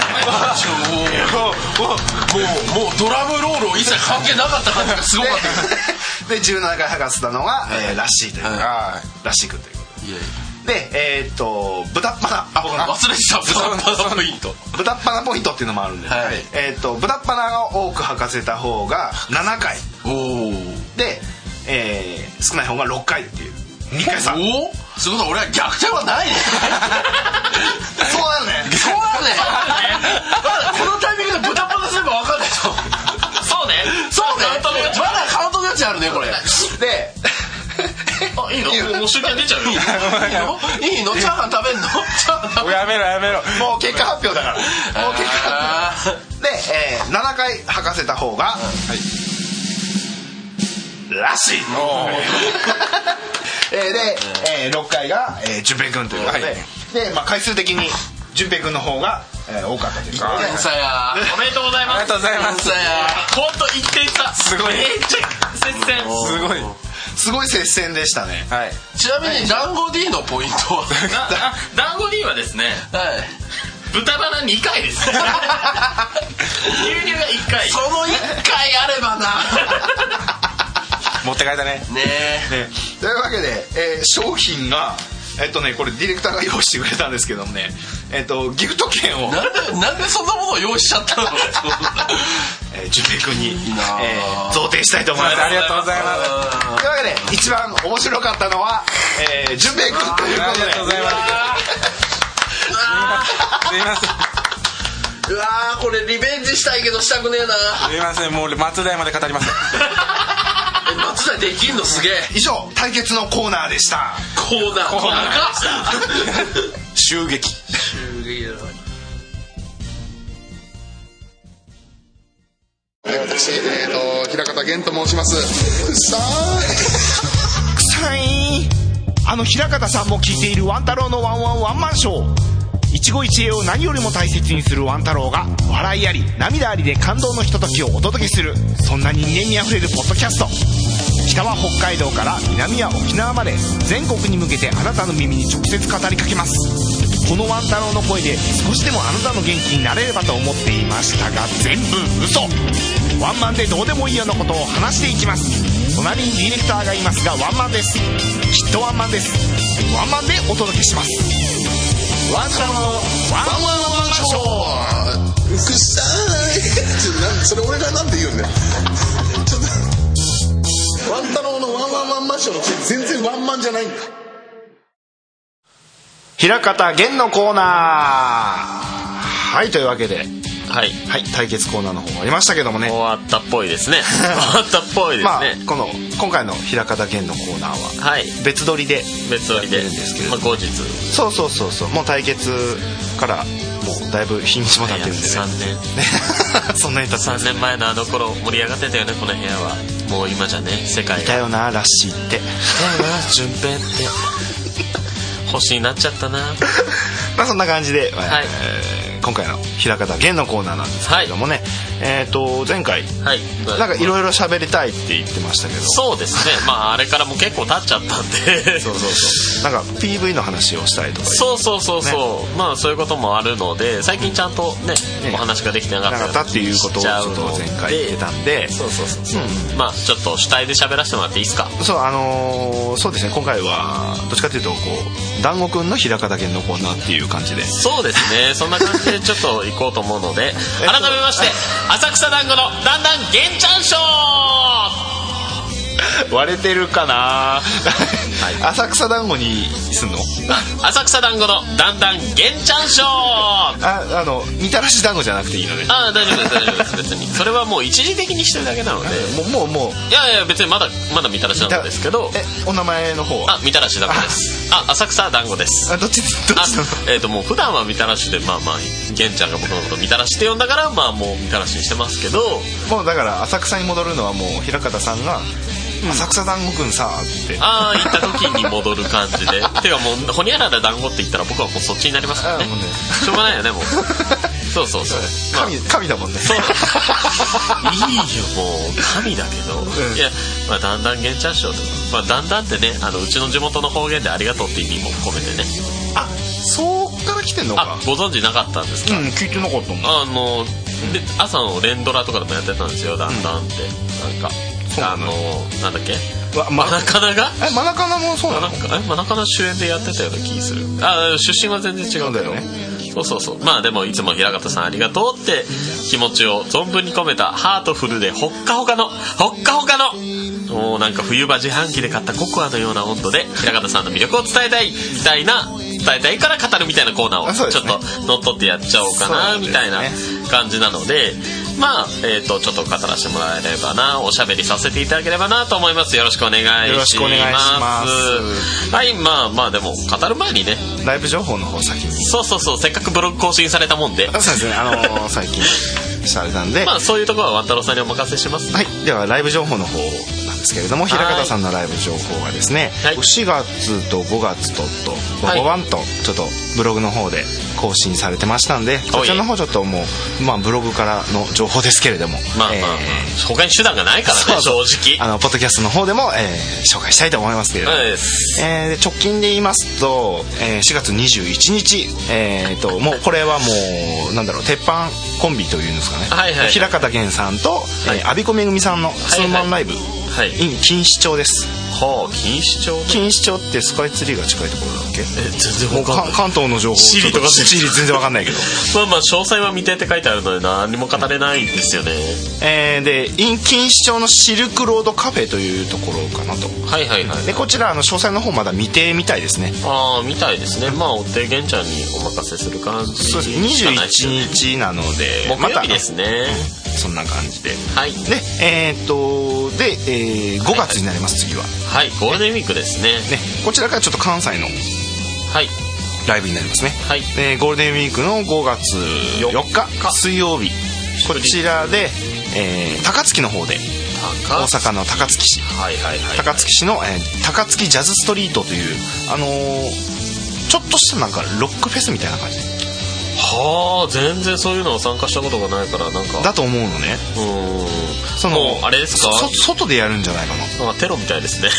もうドラムロールを一切関係なかった感じがすごかったでじゅうななかい吐かせたのが、はい、えー、ラッシーという、はい、ラッシーくんということで、で、えー、っと豚っ鼻、あ、僕忘れてた、豚っ鼻ポイント豚っ鼻ポイントっていうのもあるんで、はい、えー、っと豚っ鼻が多く吐かせた方がななかい、おで、えー、少ない方がろっかいっていういっかい差。おお、 そういうこと、俺は逆転はないねそうだよね、 そうだねこのタイミングで豚っ鼻すれば分かんないとそうね、 そうね、まだカウントのやつあるねこれであ、いいの？もう集計出ちゃうよ。 いいの？いいの？チャーハン食べんの？チャーハンやめろやめろ。 もう結果発表だから。もう結果発表。で、えー、ななかい吐かせた方が、はい、らしい。えー、で、えー、ろっかいが、えー、順平くんということで、はい、で、まあ回数的に順平くんの方が、えー、多かったということで。 いっ点差や。 おめでとうございます。 ありがとうございます。 本当いってん差。 すごい。 めっちゃ接戦。 すごい。 すごい接戦でしたね、はい、 ちなみにダンゴ D のポイントはダンゴ D はですね、はい、豚バナにかいです牛乳がいっかい、 そのいっかいあればな持って帰ったねねえ、 ね、というわけで、えー、商品がえっとねこれディレクターが用意してくれたんですけどもね、えっとギフト券をなんでなんでそんなものを用意しちゃったのえー、純平君に、えー、贈呈したいと思います。ありがとうございます。というわけで一番面白かったのは、えー、純平君ということで、ありがとうございます。 すいません。 うわーこれリベンジしたいけどしたくねえな。 すいません、もう松代まで語ります。 え松代できんのすげえ。 以上対決のコーナーでした。 コーナーコーナーか襲撃襲撃だな。 私、えーと、平方源と申します。くさーいくさいあの平方さんも聞いているワン太郎のワンワンワンマンショー。一期一会を何よりも大切にするワン太郎が笑いあり涙ありで感動のひとときをお届けする、そんな人間味あふれるポッドキャスト。北は北海道から南は沖縄まで全国に向けてあなたの耳に直接語りかけます。このワン太郎の声で少しでもあなたの元気になれればと思っていましたが全部嘘。ワンマンでどうでもいいようなことを話していきます。隣にディレクターがいますがワンマンです。きっとワンマンです。ワンマンでお届けします。ワン太郎のワンワンワンショー。 くさーいちょっとなんそれ俺がなんて言うんだよちょっとワン太郎のワンワンワンマンショーの全然ワンマンじゃないんだ。 平方源のコーナー。はいというわけではい、 はい、対決コーナーの方終わりましたけどもね、 終わったっぽいですね終わったっぽいですね、まあ、 この今回の平方源のコーナーは別撮りで別撮りでやってるんですけれども、 まあ、後日そうそうそうそうもう対決からもうだいぶ日にちも経ってるんでねさんねんそんなに経ってさんねんまえのあの頃盛り上がってたよねこの部屋は。もう今じゃね世界がいたよなラッシーってだよな順平って星になっちゃったなまあそんな感じで、 はいえー今回の平方源のコーナーなんですけれどもね、はい、えーと前回、はい、なんかいろいろ喋りたいって言ってましたけど、 そうですねまああれからも結構経っちゃったんでそうそうそうなんか ピーブイ の話をしたいとかそうそうそうそう、ね、まあそういうこともあるので最近ちゃんとね、ねお話ができてなかったっていうことをちょっと前回言ってたんでそうそうそうそう、うん、まあちょっと主体で喋らせてもらっていいですか。 そうあのー、そうですね今回はどっちかというとこう団子くんの平方源のコーナーっていう感じでそうですねそんな感じでちょっと行こうと思うので改めまして浅草団子のだんだん源ちゃんショー割れてるかな、はい、浅草団子にすんの浅草団子のだんだん源ちゃんショーああのみたらし団子じゃなくていいのね。 あ大丈夫です大丈夫です別にそれはもう一時的にしてるだけなのでもうもうもういやいや別にまだまだみたらし団子ですけどえお名前の方はあみたらし団子ですあ浅草団子ですあどっちどっちなのえーともう普段はみたらしでまあまあ源ちゃんが僕のことみたらしって呼んだからまあもうみたらしにしてますけどもうだから浅草に戻るのはもう平方さんが浅草団子くんさってああ行った時に戻る感じでてかもうほにゃらら団子って言ったら僕はもうそっちになりますからね、ね、しょうがないよねもうそうそうそう神、まあ、神だもんねそういいよもう神だけど、うん、いや、まあ、だんだん源ちゃんショーとか、まあ、だんだんってねあのうちの地元の方言でありがとうって意味も込めてねあそっから来てんのかあご存知なかったんですか。 うん聞いてなかったもんあの、うん、で朝の連ドラとかでもやってたんですよだんだんって、うん、なんかあのなんだっけマナカナがえマナカナもそうなのマナカナ主演でやってたような気するあ出身は全然違うんだよねそうそうそうまあでもいつも平方さんありがとうって気持ちを存分に込めたハートフルでほっかほかのほっかほかのもうなんか冬場自販機で買ったココアのような温度で平方さんの魅力を伝えたいみたいな伝えたいから語るみたいなコーナーをちょっと乗っ取ってやっちゃおうかなみたいな感じなのでまあえーとちょっと語らせてもらえればなおしゃべりさせていただければなと思います。よろしくお願いします。 よろしくお願いしますはいまあまあでも語る前にねライブ情報の方先にそうそうそうせっかくブログ更新されたもんでそうですねあのー、最近されたんでまあそういうところはワン太郎さんにお任せします。 はいではライブ情報の方なんですけれども平方さんのライブ情報がですね、はい、しがつとごがつととバババンとちょっとブログの方で更新されてましたんで、はい、そちらの方ちょっともう、まあ、ブログからの情報ですけれどもまあまあ、まあえー、他に手段がないからね正直あのポッドキャストの方でも、えー、紹介したいと思いますけれども、はいえー、直近で言いますと、えー、しがつにじゅういちにち、えー、ともうこれはもうなんだろう鉄板コンビというんですかね、はいはい、平方源さんと、はいえー、阿比子めぐみさんのツーマンライブ、はいはい、in 錦糸町です。 はあ、錦糸町ね。 錦糸町ってスカイツリーが近いところだっけ？ え全然わかんない。 関東の情報地理とか地理全然わかんないけどまあまあ詳細は未定って書いてあるので何も語れないんですよね。 えー、で錦糸町のシルクロードカフェというところかなと。 はいはいはい。 でこちらあの詳細の方まだ未定みたいですね。 ああみたいですね。まあお手玄ちゃんにお任せする感じそうです。にじゅういちにちなので木曜日ですね、 ま、そんな感じで、 はい。 でえー、っとで、えー、ごがつになります、はいはい、次ははいゴールデンウィークですね。 ねこちらからちょっと関西のはいライブになりますね。 はい。 でゴールデンウィークのごがつよっか水曜日、こちらで、えー、高槻の方で大阪の高槻市、 はいはいはいはい、 高槻市の、えー、高槻ジャズストリートという、あのー、ちょっとしたなんかロックフェスみたいな感じで。 はあ全然そういうのは参加したことがないからなんかだと思うのね。 うんそのもうあれですかそ外でやるんじゃないかな。 あテロみたいですね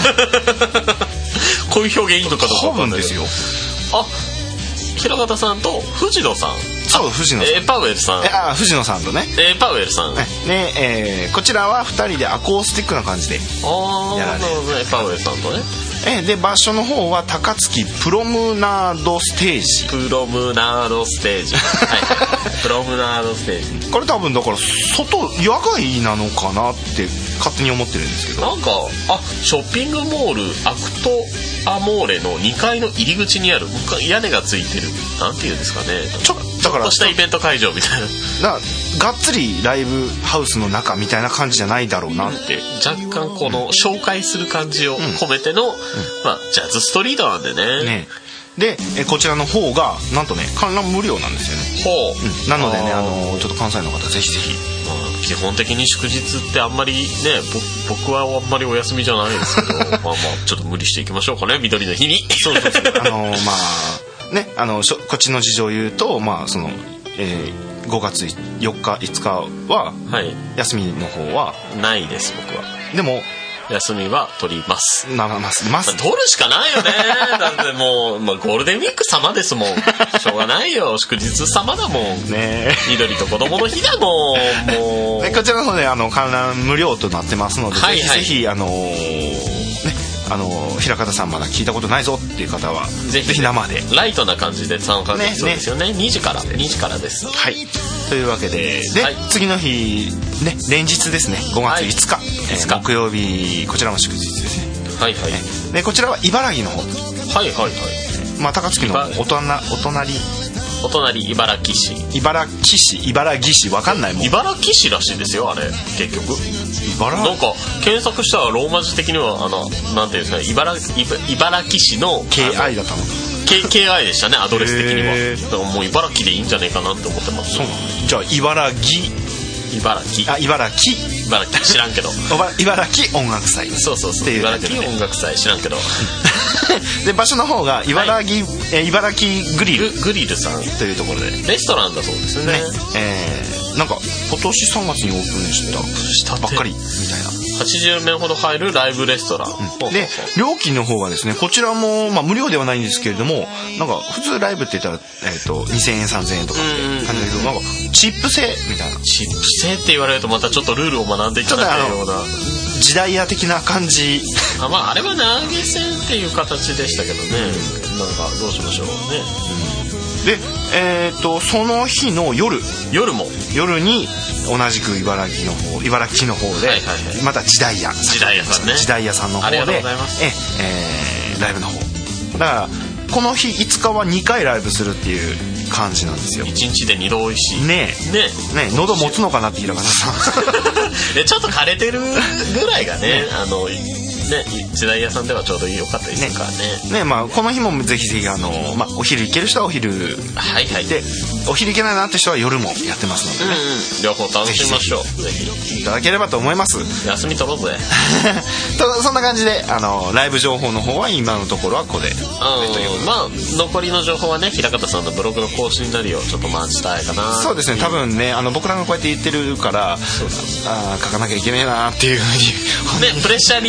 こういう表現いいのかどうかわかんないですよ。あ平方さんと藤野さん。 そう藤野さん、 えー、パウエルさん。 えあ藤野さんとね、 えー、パウエルさんね、えー、こちらはふたりでアコースティックな感じであやられる。 なるほどね。パウエルさんとね。 えで場所の方は高槻プロムナードステージ。 プロムナードステージはいプロムナードステージ。 これ多分だから外野外なのかなって勝手に思ってるんですけど、 なんかあショッピングモールアクトアモーレのにかいの入り口にある屋根がついてるなんていうんですかね、 ちょだからちょっとしたイベント会場みたいなだがっつりライブハウスの中みたいな感じじゃないだろうなって、 若干この紹介する感じを込めての、うんまあ、ジャズストリートなんでね。 ねでえこちらの方がなんとね観覧無料なんですよね。ほう、うん、なのでねあのちょっと関西の方ぜひぜひ、 まあ、基本的に祝日ってあんまりね僕はあんまりお休みじゃないですけどまあまあちょっと無理していきましょうかね緑の日にそうそうそうあのまあねあのこっちの事情を言うとまあその、えー、ごがつよっかいつかは、はい、休みの方はないです僕は。 でも休みは取ります。 まあまあますます、 まあ、取るしかないよねだってもう、まあ、ゴールデンウィーク様ですもんしょうがないよ祝日様だもんね。緑と子供の日だもんもうでこちらの方であの観覧無料となってますので、はいはい、ぜひぜひあのー、ねあの平方さんまだ聞いたことないぞっていう方はぜひ生でライトな感じで参加できそうですよね。ねねにじからにじからです。 はいというわけでで、はい、次の日ね連日ですねごがついつか、はいえー、木曜日こちらも祝日ですね。 はいはい、 でこちらは茨城の方はいはいはいまあ高槻のおとなお隣お隣茨城市茨城市茨城市わかんないもん茨城市らしいですよあれ結局茨なんか検索したらローマ字的にはあのなんていうんですかね 茨, 茨城市のケーアイ だったの K、ケーアイ でしたねアドレス的には。だからもう茨城でいいんじゃねえかなって思ってます。 そうじゃあ茨城茨城あ茨城茨城知らんけど茨城音楽祭そうそうそう茨城音楽祭知らんけどで場所の方が茨城、はいえー、茨城グリルグリルさんというところでレストランだそうですね。ねえー、なんか今年さんがつにオープンしたばっかりみたいなはちじゅうめんほど入るライブレストラン、 うん、で料金の方がですねこちらも、まあ、無料ではないんですけれどもなんか普通ライブって言ったら、えー、とにせんえんさんぜんえんとかって感じだけどなんかチップ制みたいなチップ制って言われるとまたちょっとルールを学んでいかなきゃような時代屋的な感じあ、まあ、あれは投げ銭っていう形でしたけどね、うん、なんかどうしましょうね、 うん、で、えー、とその日の夜夜も夜に同じく茨城の方茨城の方で、はいはいはい、また時代屋時代屋さんね時代屋さんの方でありがとうございますえ、えー、ライブの方だからこの日いつかはにかいライブするっていう感じなんですよ。 いちにちでにど美味しいねえねえねえ喉持つのかなって平方さんちょっと枯れてるぐらいがね、ねあのね、時代屋さんではちょうど良かったですからね。 ね、ねまあこの日もぜひぜひあの、まあ、お昼行ける人はお昼はいはいでお昼行けないなって人は夜もやってますのでね、 うんうん、両方楽しみましょう。ぜひぜひいただければと思います。 休み取ろうぜとそんな感じであのライブ情報の方は今のところはここで、 うん、まあ残りの情報はね平方さんのブログの更新なりをちょっと待ちたいかな。 そうですね多分ねあの僕らがこうやって言ってるからそうそうそうあ書かなきゃいけないなっていうふうにねプレッシャーになってくれて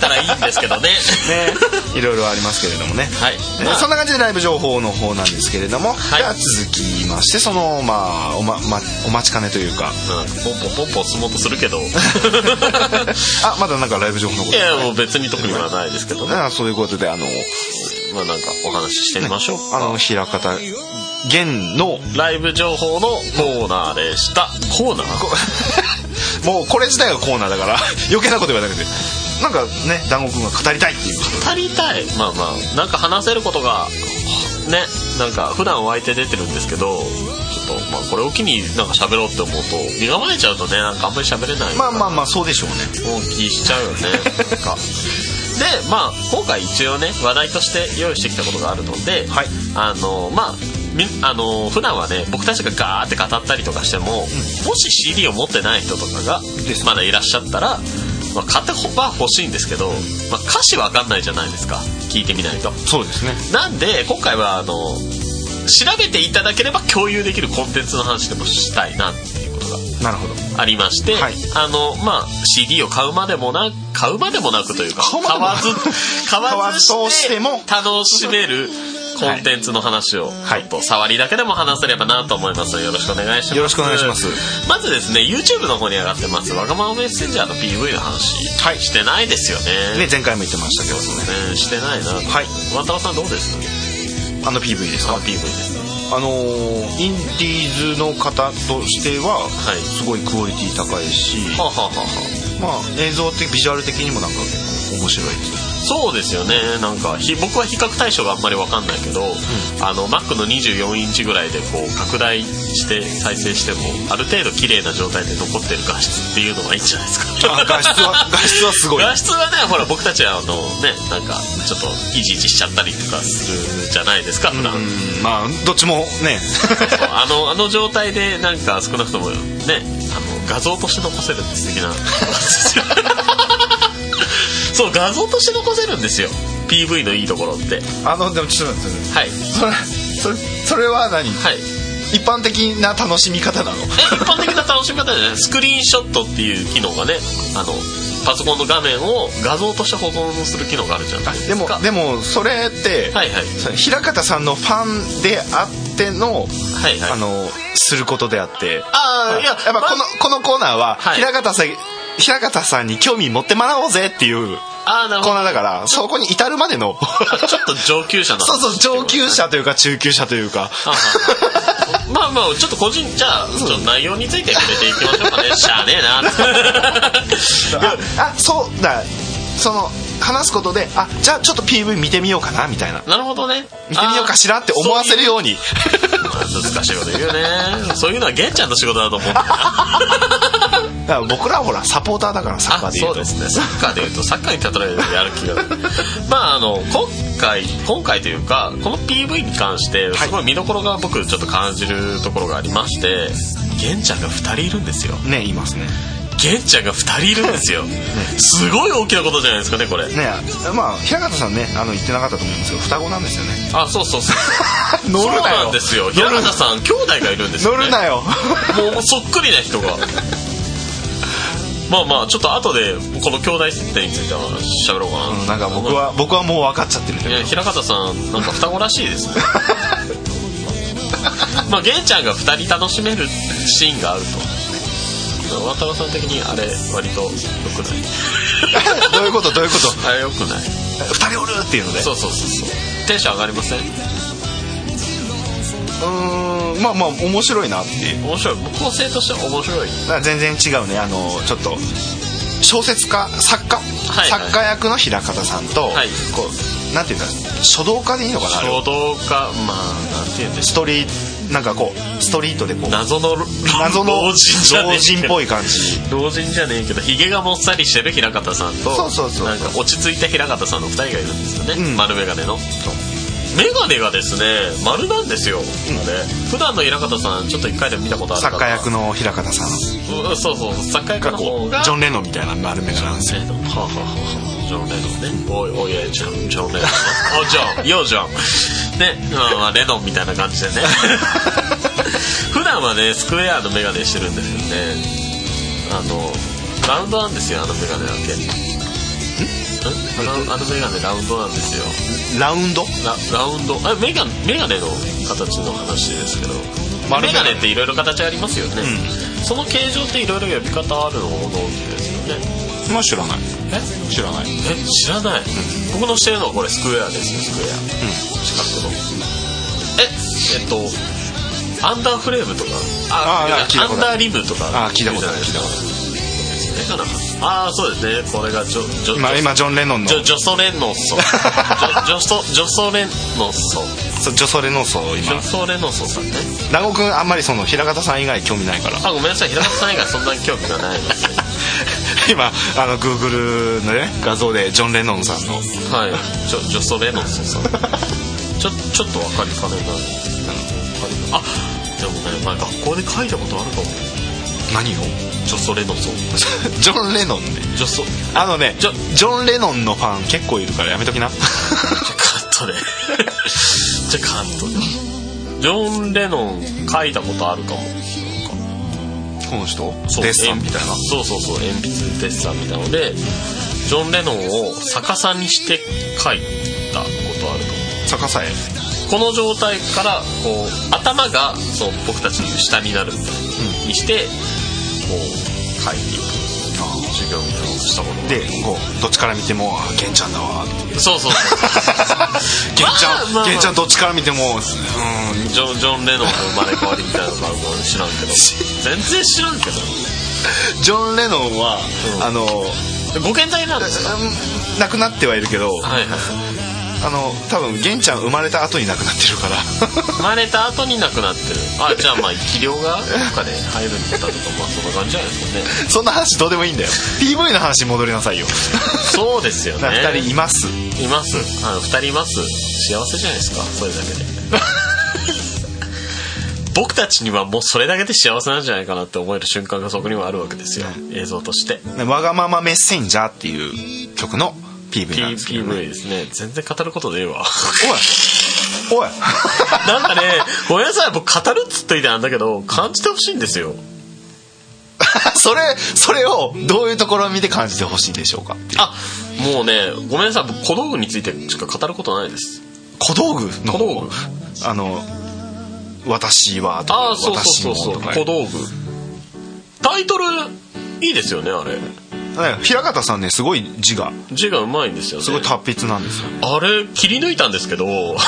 たらいいんですけどねね、いろいろありますけれどもね、 はい、 えー、そんな感じでライブ情報の方なんですけれども、はい、では続きましてそのまあおま、ま、お待ちかねというか、 うん、ポンポンポンポン進もうとするけどあ、まだなんかライブ情報のこと、 いやもう別に特にはないですけどね、 あ、そういうことであのまあなんかお話ししてみましょう、ね、 あの平方源のライブ情報のコーナーでした。コーナーもうこれ自体がコーナーだから余計なこと言わなくて、なんかね、団子くんが語りたいっていう語りたい、まあまあなんか話せることがね、なんか普段湧いて出てるんですけど、ちょっとまあこれを機になんか喋ろうって思うと身構えちゃうとね、なんかあんまり喋れない、 まあまあまあそうでしょうね、 もう気しちゃうよねなんかで、まあ今回一応ね話題として用意してきたことがあるので、はい、あのまあみあの普段はね僕たちがガーって語ったりとかしても、うん、もし シーディー を持ってない人とかがまだいらっしゃったら、まあ、買っては欲しいんですけど、まあ、歌詞わかんないじゃないですか、聞いてみないと。 そうですね。 なんで今回はあの調べていただければ共有できるコンテンツの話でもしたいなっていうことがなるほどありまして、はい、あのまあ シーディー を買うまでもな買うまでもなくというか買わず買わずしても楽しめるコンテンツの話をちょっと触りだけでも話せればなと思いますのでよろしくお願いします。 よろしくお願いします。 まずですね YouTube の方に上がってますわがままメッセンジャーの ピーブイ の話、はい、してないですよね。 ね、前回も言ってましたけどね、 ね、してないな。はい。ワンタロさんどうです？ あの ピーブイ ですか？ ピーブイ ですね。 あのー、インディーズの方としては、はい、すごいクオリティ高いし、はあはあはあ、まあ映像的ビジュアル的にもなんか結構面白いです。 そうですよね。なんか僕は比較対象があんまり分かんないけど、うん、あの Mac のにじゅうよんインチぐらいでこう拡大して再生してもある程度綺麗な状態で残ってる画質っていうのがいいんじゃないですか。 あ、画質は画質はすごい。 画質はね、ほら僕たちはあのね、なんかちょっとイチイチしちゃったりとかするじゃないですか普段。 うん、まあどっちもね。 あのあの状態でなんか少なくともね、あの画像として残せるって素敵な。そう、画像として残せるんですよ ピーブイ のいいところって。 あのでもちょっと待ってね、 はい、 それそれそれは何、はい、一般的な楽しみ方なの？え一般的な楽しみ方じゃない。スクリーンショットっていう機能がね、あのパソコンの画面を画像として保存する機能があるじゃないですか。 でもでもそれって、はいはい、平方さんのファンであっての、はいはい、あのすることであって、 あ、いや、やっぱこの、ま、このコーナーは、はい、平方さん平方さんに興味持ってもらおうぜっていうあ、なるほど、 コーナーだから、そこに至るまでのちょっと上級者なそうそう上級者というか中級者というかまあまあちょっと個人じゃあちょっと内容について触れていきましょうかね。しゃあねえなああ、そうだ、その話すことで、あ、じゃあちょっと ピーブイ 見てみようかなみたいな。 なるほどね。 見てみようかしらって思わせるように。 難しいこと言うよね。そういうのはゲンちゃんの仕事だと思うんだよだから僕らはほらサポーターだから、サッカーで言うと。 そうですね、サッカーで言うとサッカーに例えてやる気がまああの今回今回というかこの ピーブイ に関してすごい見どころが僕ちょっと感じるところがありまして、ゲンちゃんがふたりいるんですよね。いますね。 ゲンちゃんがふたりいるんですよ、ね、すごい大きなことじゃないですかねこれね。 まあ平方さんね、あの言ってなかったと思うんですけど双子なんですよね。 あ、そうそうそう乗るなよ。 そうなんですよ。平方さん兄弟がいるんですよ、ね、 乗るなよもうそっくりな人がまあまあちょっと後でこの兄弟設定については喋ろうかな、 うん、なんか僕は僕はもう分かっちゃってるんだけど。 いや平方さんなんか双子らしいですねまあゲンちゃんがふたり楽しめるシーンがあると。ワンタロさん的にあれ割と良くないどういうことどういうことあれ良くないふたりおるっていうので。 そうそうそうそう、テンション上がりません？うーん、まあまあ面白いなって。 面白い、構成としては面白い。 全然違うね。あのちょっと小説家作家、はいはい、作家役の平方さんと、はい、こうなんていうんだろう、書道家でいいのかな。 書道家、まあなんていうんですか、 ストリートなんかこうストリートでこう謎の謎の老人じゃねえ老人っぽい感じ。 老人じゃねえけどヒゲがもっさりしてる平方さんと、 そうそうそう、 なんか落ち着いた平方さんのふたりがいるんですよね、うん、丸眼鏡の。眼鏡がですね丸なんですよ、うん、普段の平方さんちょっと一回でも見たことあるかな。 作家役の平方さん、 うん、そうそう作家役の方がジョン・レノンみたいな丸眼鏡なんですよ。 はあはあはあ、ジョン・レノンね。おいおいジョンジョン・レノンおジョンよジョンね、まあレノンみたいな感じでね普段はねスクエアの眼鏡してるんですよね。あのラウンドなんですよ、あの眼鏡だけ。 あのメガネラウンドなんですよ。 ラウンドラ, ラウンドあメガメガネの形の話ですけど、メガネっていろいろ形ありますよね、うん、その形状っていろいろ呼び方あるのをご存知ですよね。 まあ知らない。 え知らない。 え知らない、うん、僕の知ってるのはこれスクエアですよ。スクエア、うん、四角の、ええっとアンダーフレームとかああアンダーリブとかあ聞いたことない聞いたことないああそうですね。これがジョジョ今今ジョン・レノンのジョジョソレノソジョジョソジョソレノソそうジョソレノソ今ジョソレノソさんね。 南国君あんまりその平方さん以外興味ないから。 あごめんなさい平方さん以外そんなに興味がないですね今あの Google のね画像でジョン・レノンさんのはいジョジョソレノソさんちょちょっと分かりかねないあでもね前学校で書いたことあるかも。 何をジョソレノソジョン・レノンね。 ジョソあのねジョ、ジョン・レノンのファン結構いるからやめときなじゃカットでじゃカットでジョン・レノン書いたことあるかも。 この人デッサンみたいなそうそうそう鉛筆デッサンみたいなのでジョン・レノンを逆さにして書いたことあるかも。 逆さへこの状態からこう頭がそう僕たちの下になるみたいにして、うん、こう書いていく授業みたいなのをしたことでこうどっちから見てもゲンちゃんだわっていうそうそうそうゲンちゃん、まあまあ、ゲンちゃんどっちから見てもうんジョン、ジョン・レノンの生まれ変わりみたいなのがあるの知らんけど全然知らんけどジョン・レノンは、うん、あのご健在なんですか。 亡くなってはいるけど、 はいはいあの多分ゲンちゃん生まれた後に亡くなってるから生まれた後に亡くなってる。あじゃあまあ生き量がどっかで入るんだとかまあそんな感じじゃないですかねそんな話どうでもいいんだよピーブイ の話に戻りなさいよそうですよね。 ふたりいますいますあのふたりいます。幸せじゃないですかそれだけで僕たちにはもうそれだけで幸せなんじゃないかなって思える瞬間がそこにはあるわけですよ、ね、映像として。 わがままメッセンジャーっていう曲のピーブイ なんですけど、ね、 ピーブイ ですね。全然語ることねえわおいおいなんかねごめんなさい僕語るっつっといてなんだけど感じてほしいんですよそれそれをどういうところを見て感じてほしいでしょうかっていう。 あもうねごめんなさい僕小道具についてしか語ることないです。 小道具の小道具あの私はとかあそうそうそうそう小道具タイトルいいですよねあれ。 平方さんねすごい字が字がうまいんですよね。 すごい達筆なんですよ。 あれ切り抜いたんですけど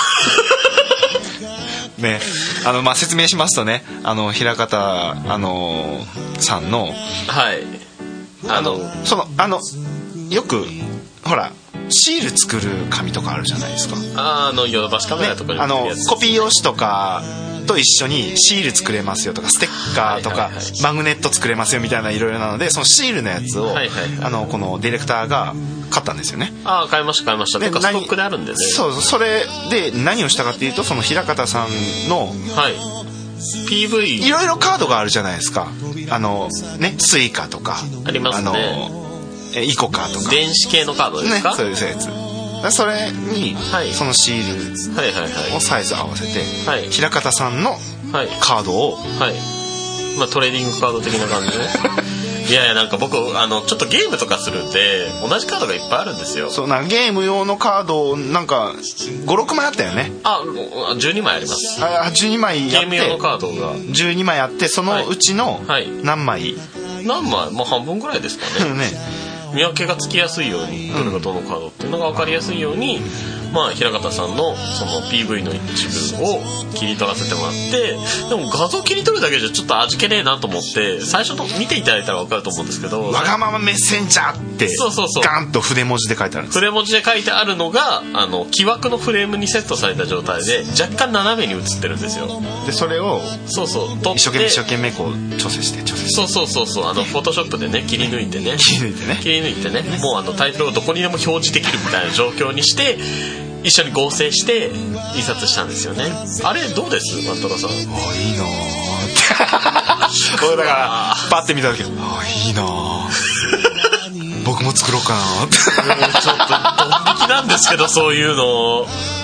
ねあのまあ説明しますとねあの平方あのさんのはいあのそのあのよくほらシール作る紙とかあるじゃないですか。 あのヨドバシカメラとかに、 ね、あのコピー用紙とかと一緒にシール作れますよとかステッカーとかマグネット作れますよみたいないろいろなのでそのシールのやつを、はいはいはい、あのこのディレクターが買ったんですよね。 ああ買いました買いました。でストックであるんでね。 そうそれで何をしたかっていうとその平方さんの、 はい、ピーブイいろいろカードがあるじゃないですか。あのねスイカとかありますね。 あのイコカとか電子系のカードですか、 ね、そういうやつそれに、はい、そのシールをサイズ合わせて、はい、平方さんのカードを、 はいまあ、トレーディングカード的な感じでいやいやなんか僕あのちょっとゲームとかするんで同じカードがいっぱいあるんですよ。 そうなんゲーム用のカードなんかごろくまいあったよね。 あじゅうにまいあります。 あじゅうにまいやってゲーム用のカードがじゅうにまいあってそのうちの何枚、 はい、何枚もう半分ぐらいですかねね見分けがつきやすいようにどれがどのカードっていうのが分かりやすいように、まあ、平方さんのその ピーブイ の一部を切り取らせてもらってでも画像切り取るだけじゃちょっと味気ねえなと思って最初の見ていただいたら分かると思うんですけどわがままメッセンジャーってそうそうそうガンと筆文字で書いてあるんです。 筆文字で書いてあるのがあの木枠のフレームにセットされた状態で若干斜めに写ってるんですよ。 でそれをそうそう取って一生懸命一生懸命こう調整して調整してそうそうそうそうあのフォトショップでね切り抜いてね切り抜いてね切り抜いてねもうあのタイトルをどこにでも表示できるみたいな状況にして一緒に合成して印刷したんですよね。あれどうですワントラさん。あいいなーこれだからパッて見た時あいいなー僕も作ろうかなってちょっとドン引きなんですけどそういうの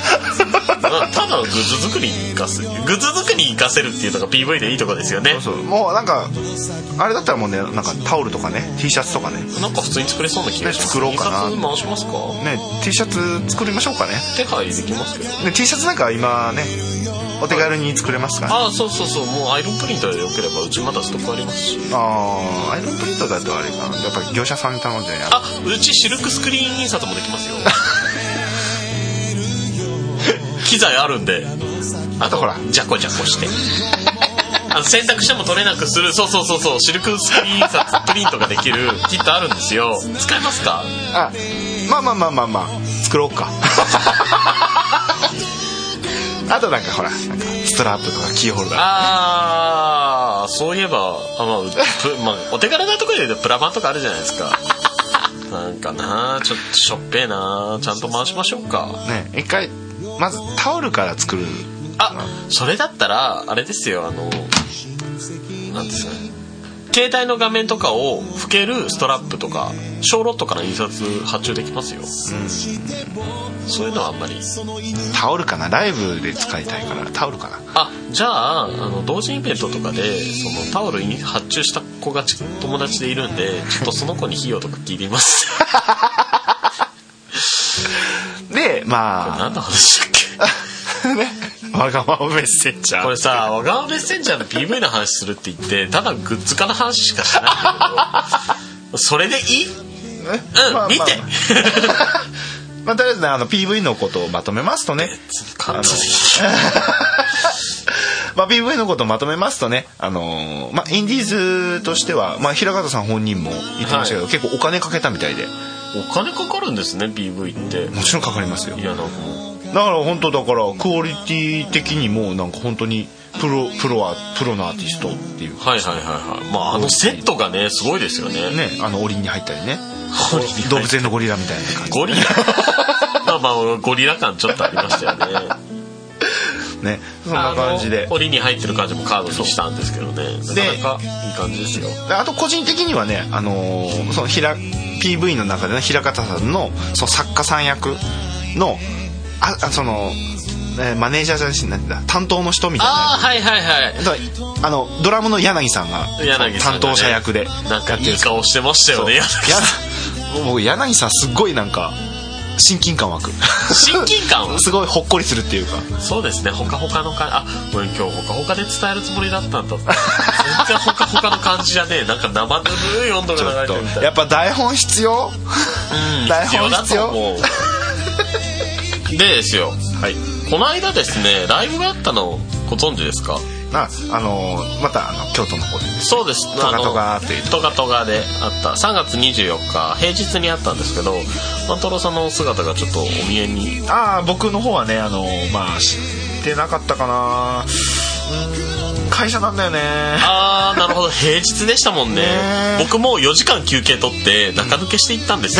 ただのグッズ作りに生かすグッズ作りに生かせるっていうのが ピーブイ でいいとこですよね。 そうそう、もうなんかあれだったらもうね、なんかタオルとかね T シャツとかね、 なんか普通に作れそうな気がします。 ね、作ろうかな。 印刷回しますかね、 T シャツ作りましょうかね。 手配できますけどね、T シャツなんか今ねお手軽に作れますから、ね、 ああそうそうそう、もうアイロンプリントでよければうちまだストックありますし。 ああ、アイロンプリントだとあれかな、やっぱり業者さんに頼んでやる。 あ、うちシルクスクリーン印刷もできますよ機材あるんで、 あとほらジャコジャコしてあの洗濯しても取れなくする、そうそうそうそう、シルクスクリーン印刷プリントができるキットあるんですよ。使えますか？ あ、まあまあまあまあまあ作ろうかあとなんかほら、なんかストラップとかキーホルダー、 ああ、そういえばあ、まあプまあ、お手軽なところで言うとプラバンとかあるじゃないですかなんかな、ちょっとしょっぺーな、ちゃんと回しましょうかね。一回まずタオルから作る。 あ、それだったらあれですよ、あのなんですかね、携帯の画面とかを拭けるストラップとか小ロットから印刷発注できますよ、うん、そういうのはあんまり。 タオルかな、ライブで使いたいからタオルかな。 あ、じゃあ、あの同時イベントとかでそのタオルに発注した子が友達でいるんで、ちょっとその子に費用とか聞いてみますで、まあ何の話だっけね、 わがままメッセンジャー、 これさ、わがままメッセンジャーの ピーブイ の話するって言ってただグッズ化の話しかしないんだけどそれでいい？うん、まあ、見てまあとりあえずね、あの ピーブイ のことをまとめますとね、あのまあ ピーブイ のことをまとめますとね、あのまあインディーズとしては、まあ平方さん本人も言ってましたけど、はい、結構お金かけたみたいで。 お金かかるんですね ピーブイ って。 もちろんかかりますよ。 いや、なんかもうだから本当だからクオリティ的にもなんか本当にプロプロはプロのアーティストっていう。 はいはいはいはい。まああのセットがねすごいですよね。 ね、あの檻に入ったりね。動物園のゴリラみたいな感じ。 ゴリラ。まあまあゴリラ感ちょっとありましたよね。 ね、そんな感じで。 檻に入ってる感じもカードにしたんですけどね。なかなかいい感じですよ。 あと個人的にはね、あのー、そのひら ピーブイ の中でね、平方さんのその作家さん役のあその、えー、マネージャーじゃないんだ、担当の人みたいな。 ああ、はいはいはい。 あのドラムの柳さんが担当者役でなんかいい顔してましたよね。 僕柳さんすっごいなんか親近感湧く。 親近感はすごいほっこりするっていうか。 そうですね、ほかほかの感じ。あ、俺今日ほかほかで伝えるつもりだったんだ。全然ほかほかの感じじゃねえ。なんか生ぬるい温度が流れてるみたいな。 やっぱ台本必要。 うん、 台本必要。 でですよ、はい、この間ですねライブがあったのご存知ですか？ あ、あのー、またあの京都の方で、ね、 そうです、 トガトガっていうトガトガであったさんがつにじゅうよっか平日にあったんですけど、万太郎さんの姿がちょっとお見えに。 ああ、僕の方はね、あのー、まあ知ってなかったかな。うーん、会社なんだよね。 ああ、なるほど、平日でしたもんね。僕もよじかん休憩取って中抜けしていったんですよ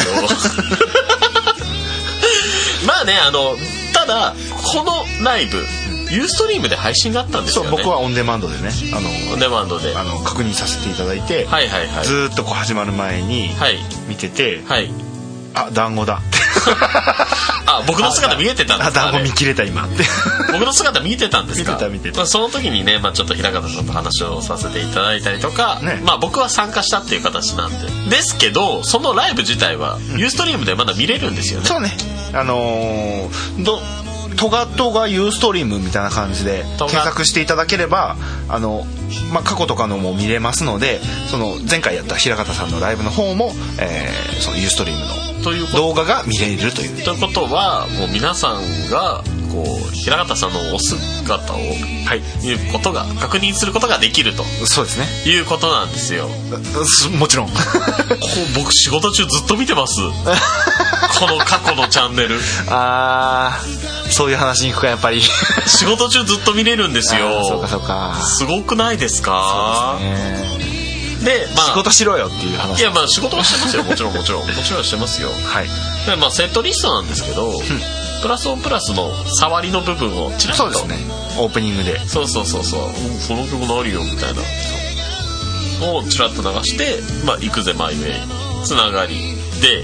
まあね、あのただこのライブユーストリームで配信があったんですよね。 そう、僕はオンデマンドでね、あのオンデマンドであの確認させていただいて、 はいはいはい、 ずっとこう始まる前に見てて、 はい、 あ、団子だあ、僕の姿見えてたんですか？ あ、団子見切れた今って僕の姿見てたんですか？ 見てた見てた、 まあ、その時にね、まあ、ちょっと平方さんと話をさせていただいたりとか、ね、まあ、僕は参加したっていう形なんでですけど、そのライブ自体はユーストリームでまだ見れるんですよね。 そうね、あのー、どトガトガユーストリームみたいな感じで検索していただければ、あの、まあ、過去とかのも見れますので、その前回やった平方さんのライブの方も、えー、そのユーストリームの動画が見れるという。 ということはもう皆さんがこう平方さんのお姿を、はい、見ることが確認することができると。 そうですね。 いうことなんですよ。 もちろん。 こう僕仕事中ずっと見てます。この過去のチャンネル。あー、そういう話に行くかやっぱり。 仕事中ずっと見れるんですよ。 そうかそうか。 すごくないですか？そうですね。で、まあ、 仕事しろよっていう話。 いや、まあ仕事はしてますよ。もちろんもちろんもちろんしてますよ。はい。で、まあセットリストなんですけど、うん、プラスオンプラスの触りの部分をちらっと。 そうですね。オープニングで。 そうそうそうそう。その曲何よみたいなをちらっと流して、まあ行くぜマイウェイつながりで、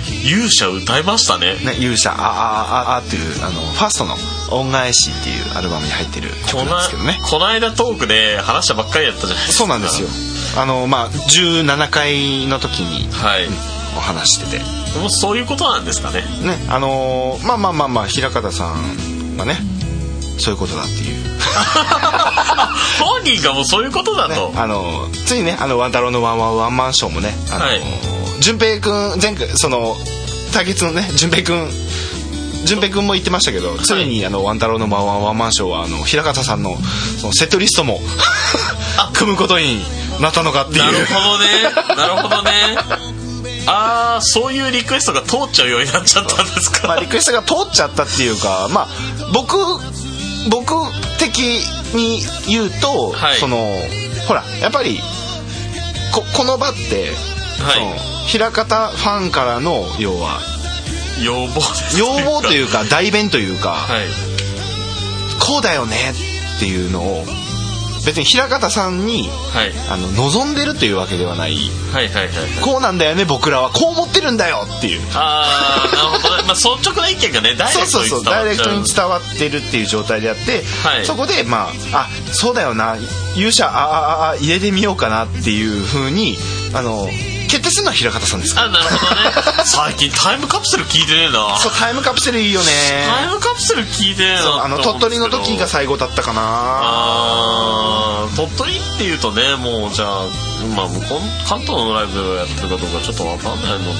勇者歌いましたね。 ね、勇者ああああっていうあのファーストの恩返しっていうアルバムに入ってる曲なんですけどね。 この間トークで話したばっかりやったじゃないですか。 そうなんですよ。あのまあじゅうななかいの時に、 はい、 うん、お話してて、 もうそういうことなんですかね。 ね、あのー、まあまあまあまあ平方さんがねそういうことだっていう本人がもうそういうことだと、 ね、あのついにねあのワン太郎のワンワンワンマンショーもね、あのーはい、順平くん前回その対決のね順平くん順平くんも言ってましたけど、ついにあのワン太郎のワンワンワンマンショーはあの平方さんのそのセットリストも組むことになったのかっていう。 なるほどねなるほどねああ、そういうリクエストが通っちゃうようになっちゃったんですか。 まあリクエストが通っちゃったっていうか、まあ僕僕的に言うと、はい、そのほらやっぱり こ, この場って、はい、その平方ファンからの要は要望です要望というか代弁というか、 はい、 こうだよねっていうのを別に平方さんに、はい、あの望んでるというわけではない、 はいはいはいはい、 こうなんだよね僕らはこう思ってるんだよっていう、 ああなるほどね、まあ、率直な意見がねダイレクトに伝わっちゃう、そうそうそうダイレクトに伝わってるっていう状態であって、はい、そこでまああそうだよな勇者あああ入れてみようかなっていう風にあの決定するのは平方さんですから。 あ、なるほどね最近タイムカプセル聞いてねえな。 そうタイムカプセルいいよね。 タイムカプセル聞いてねえな。 あの鳥取の時が最後だったかな。 あ鳥取っていうとねもうじゃあ、まあ、もう関東のライブやってるかどうかちょっと分かんないのでね。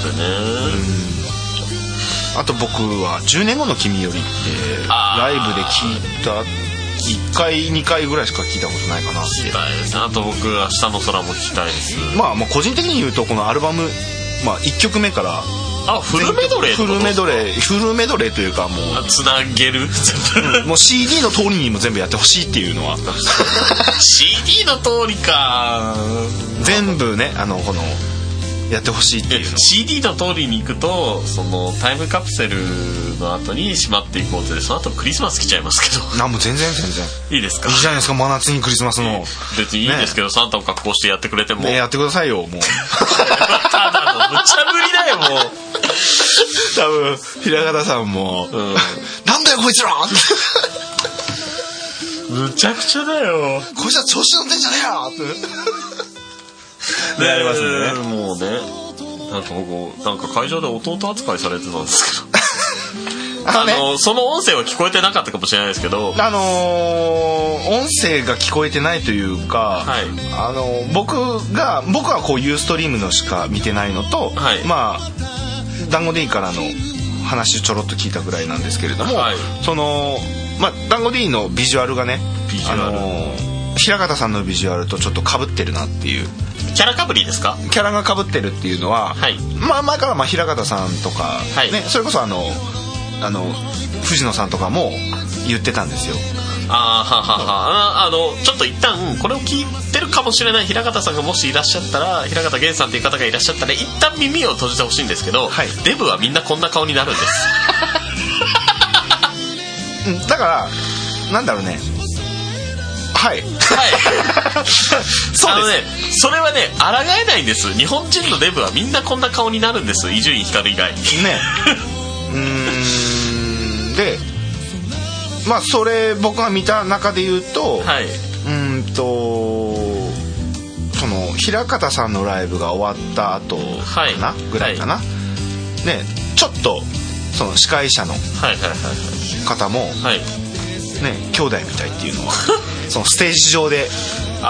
あと僕はじゅうねんごの君よりってライブで聞いたいっかいにかいぐらいしか聞いたことないかなって。 聞きたいですね。あと僕明日の空も聞きたいです。 まあもう個人的に言うとこのアルバム、まあ、いっきょくめからあフルメドレーフルメドレーフルメドレーというかもうつなげるもう シーディー の通りにも全部やってほしいっていうのはシーディー の通りか全部ねあのこのやってほしいっていうのシーディー の通りに行くとそのタイムカプセルの後にしまっていこうってその後クリスマス来ちゃいますけど。 なんも全然全然いいですか。 いいじゃないですか真夏にクリスマスの。 別にいいんですけど、ね、サンタを格好してやってくれても、 ね、やってくださいよもうただの無茶ぶりだよもう多分平方さんも、うん、なんだよこいつらむちゃくちゃだよこいつら調子乗ってんじゃねえよってねありますね。もうねなんか僕なんか会場で弟扱いされてたんですけどあの、ね、あのその音声は聞こえてなかったかもしれないですけど、 あのー、音声が聞こえてないというか、はい、あのー、僕が僕はこうユーストリームのしか見てないのと、はい、まあ団子 D からの話ちょろっと聞いたぐらいなんですけれども、はい、そのまあ団子 D のビジュアルがねビジュアル、あのー、平方さんのビジュアルとちょっと被ってるなっていう。 キャラかぶりですか。 キャラが被ってるっていうのは、はい、まあ前からまあ平方さんとか、はい、ね、それこそあのあの藤野さんとかも言ってたんですよ。 あーはははああのちょっと一旦これを聞いてるかもしれない平方さんがもしいらっしゃったら平方源さんっていう方がいらっしゃったら一旦耳を閉じてほしいんですけど、はい、デブはみんなこんな顔になるんですだからなんだろうねはいはいそうです。あのねそれはね抗えないんです。日本人のデブはみんなこんな顔になるんです。伊集院光以外ねうーんでまあそれ僕が見た中で言うと、はい、うんとその平方さんのライブが終わった後かな、はい、ぐらいかな、はい、ねちょっとその司会者の方も、はいはいはい、ね兄弟みたいっていうのはそのステージ上で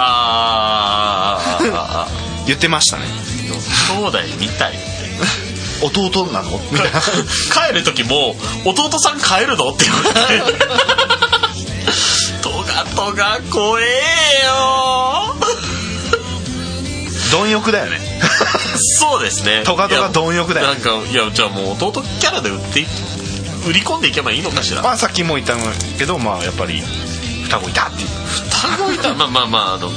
ああ言ってましたね。 兄弟みたい弟なのみたいな帰る時も弟さん帰るのって言われてトガトガ怖えよ貪欲だよねそうですねトガトガ貪欲だよね。 なんかいやじゃあもう弟キャラで売って売り込んでいけばいいのかしら。 まあさっきも言ったけどまあやっぱり双子いたっていう双子いたまあまあまああの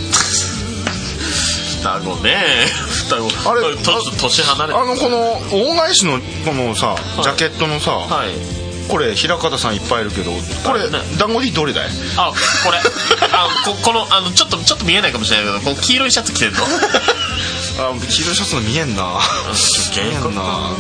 双子ね双子あれちょっと年離れてあのこの大返しのこのさ、はい、ジャケットのさ、はい、これ平方さんいっぱいいるけどこれ、ね、団子 D どれだい。 あこれあ こ, このあのちょっとちょっと見えないかもしれないけどこの黄色いシャツ着てるのあ、黄色いシャツの見えんな。 見えんな。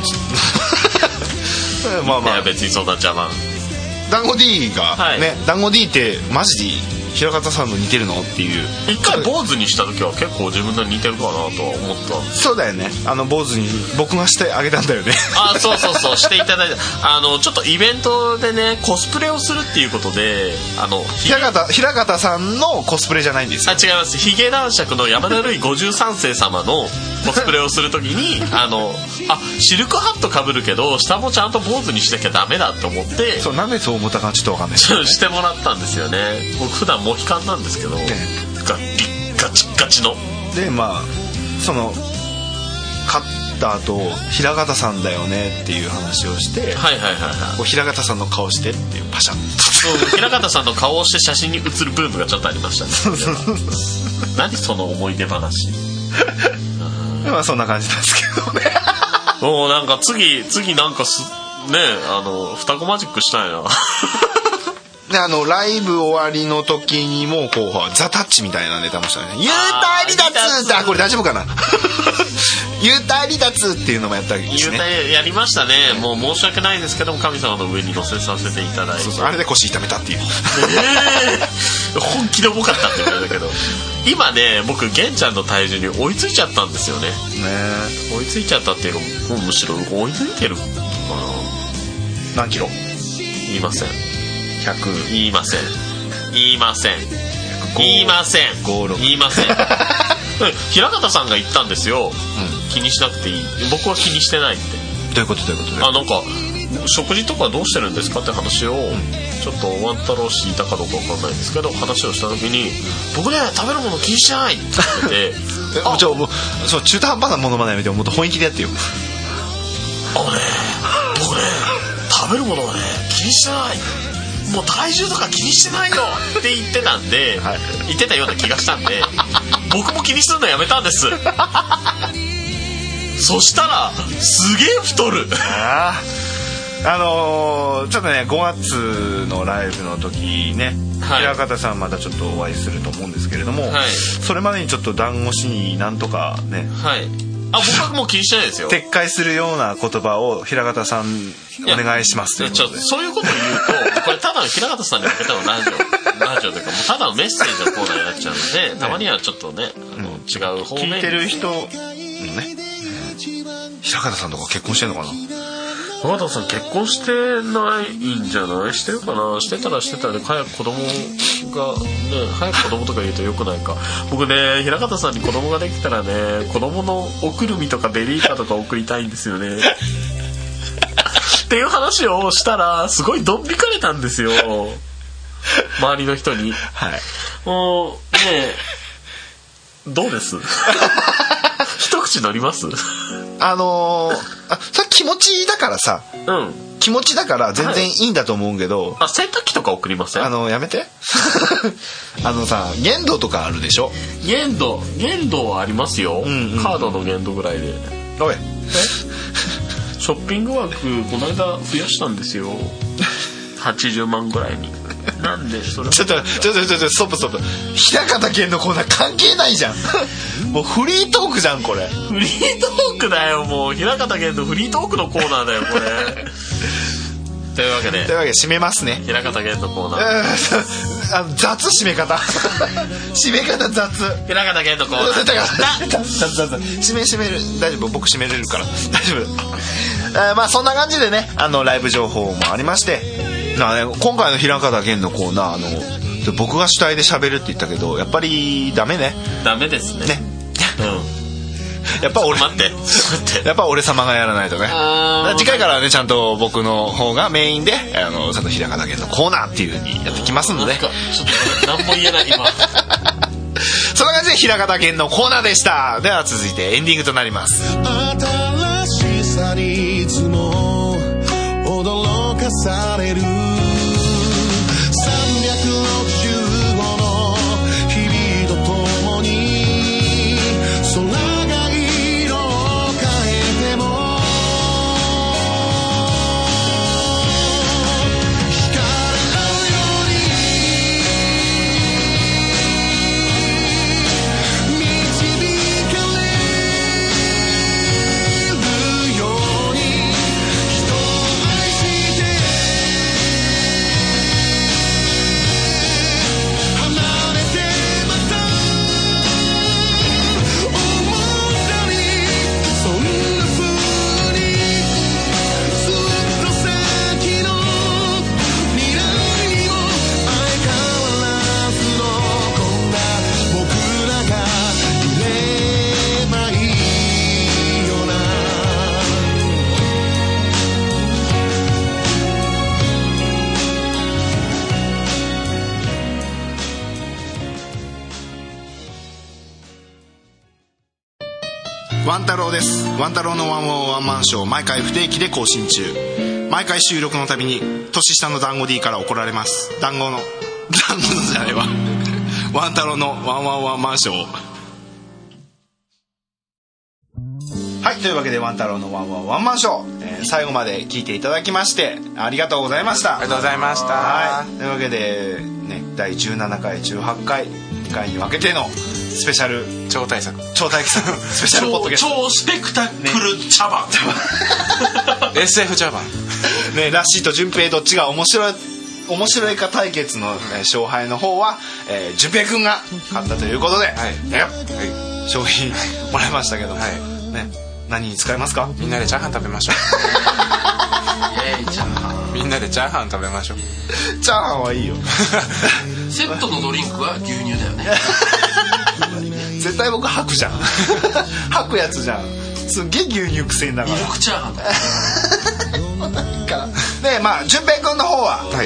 まあまあ別にそんな邪魔。 団子 D がね、団子 D ってマジで平方さんの似てるのっていう。 一回坊主にした時は結構自分で似てるかなとは思った。 そうだよね。あの坊主に僕がしてあげたんだよね。 あ、そうそうそう、していただいて、あのちょっとイベントでねコスプレをするっていうことで、あの平方平方さんのコスプレじゃないんですよ。 あ、違います。ヒゲ男爵の山田るいごじゅうさん世様のコスプレをするときにあのあシルクハットかぶるけど下もちゃんと坊主にしなきゃダメだと思って、 そう、なんでそう思ったかちょっとわかんないですけどね、 してもらったんですよね。僕普段モヒカンなんですけど、ね、ガッガチガチので、まあその勝った後平方さんだよねっていう話をして、 はいはいはいはい、 こう平方さんの顔してっていうパシャンそう平方さんの顔をして写真に写るブームがちょっとありましたね。何その思い出話。 まあそんな感じなんですけどね。 もうなんか次次なんかすね、あの双子マジックしたいな。 で、あのライブ終わりの時にもこうザタッチみたいなネタもしたね。幽体離脱って、あ、これ大丈夫かな。幽体離脱っていうのもやったりですね。 幽体やりましたね。もう申し訳ないですけども、神様の上に乗せさせていただいて、 そうそう、あれで腰痛めたっていう。 えー、本気で重かったって言われたけど、今ね僕玄ちゃんの体重に追いついちゃったんですよね。ね、追いついちゃったっていうか、もうむしろ追い抜いてるかな。 何キロ？ 言いません。 ひゃく。 言いません。言いません。言いません。言いません。平方さんが言ったんですよ、うん、気にしなくていい。僕は気にしてないって。 どういうことどういうこと？ あ、なんか食事とかどうしてるんですかって話を、うん、ちょっとワン太郎氏いたかどうかわかんないんですけど、話をした時に僕ね食べるもの気にしないって言っててあ、じゃあもうそう中途半端なものまねやめてもっと本気でやってよ。 あのね僕ね食べるものはね気にしてない、もう体重とか気にしてないよって言ってたんで、はい、言ってたような気がしたんで僕も気にするのやめたんです。そしたらすげえ太る。 ああのー、ちょっとねごがつのライブの時ね、はい、平方さんまたちょっとお会いすると思うんですけれども、はい、それまでにちょっと団子師になんとかね、 はい、あ、僕はもう気にしてないですよ。 撤回するような言葉を平方さんお願いしますということで。 そういうことを言うとこれただの平方さんに向けたのラジオラジオというかもうただのメッセージのコーナーになっちゃうので、たまにはちょっとね、あの、うん、違う方面聞いてる人のね、平方さんとか結婚してんのかな。 平方さん結婚してないんじゃない？してるかな。してたらしてたら早く子供がね、早く子供とか言うとよくないか。僕ね、平方さんに子供ができたらね、子供のおくるみとかベビーカーとか送りたいんですよね。っていう話をしたらすごいドン引かれたんですよ、周りの人に。はい。もうねえ、どうです？一口乗ります？ あのー、あ、それ気持ちだからさ、うん、気持ちだから全然いいんだと思うけど、はい、 あ、洗濯機とか送りません？ あのやめて。あのさ、限度とかあるでしょ。 限度限度はありますよ、うんうん、カードの限度ぐらいで。 おい、 ショッピング枠この間増やしたんですよ。はちじゅうまんぐらいに。なんでそれちょっとちょっとちょっとストップストップ。平方健のコーナー関係ないじゃん。もうフリートークじゃんこれ。 フリートークだよ、もう平方健のフリートークのコーナーだよこれ。というわけでというわけで締めますね。 平方健のコーナー。 あの雑締め方。締め方雑。 平方健のコーナー。 締め締める大丈夫、僕締めれるから大丈夫。えー、まあそんな感じでね、あのライブ情報もありまして。なね、今回の平方健のコーナー、あの僕が主体で喋るって言ったけどやっぱりダメね。 ダメですね。ね、 うん、やっぱ俺待ってやっぱ俺様がやらないとね。次回からはねちゃんと僕の方がメインであのちゃんと平方健のコーナーっていう風にやってきますので。 なんかちょっと何も言えない今。 そんな感じで平方健のコーナーでした。では続いてエンディングとなります。 新しさにいつも驚かされるさんびゃくろくじゅうごの日々とともに空が色を変えても光るように導かれワン太郎です。ワン太郎のワンワンワンマンショー、毎回不定期で更新中。毎回収録のたびに年下の団子 D から怒られます。団子の団子のじゃないわワン太郎のワンワンワンマンショー。はい、というわけでワン太郎のワンワンワンマンショー、えー、最後まで聞いていただきましてありがとうございました。 ありがとうございました。 はい、というわけでね、だいじゅうななかいじゅうはちかいにかいに分けてのスペシャル超大作超大作スペシャルポッドキャスト、 超スペクタクル茶番、 ね、エスエフ 茶番ね、ラッシーと順平どっちが面白い面白いか対決の、えー、勝敗の方は、えー、順平くんが勝ったということで、はいねはい、商品もらいましたけど、はいね、何に使いますか？ みんなでチャーハン食べましょうえー、チャーハンみんなでチャーハン食べましょうチャーハンはいいよセットのドリンクは牛乳だよね絶対僕吐くじゃん吐くやつじゃん。すっげえ牛乳くせえんだからミルクチャーハンだで、まあ順平くんの方は、はい、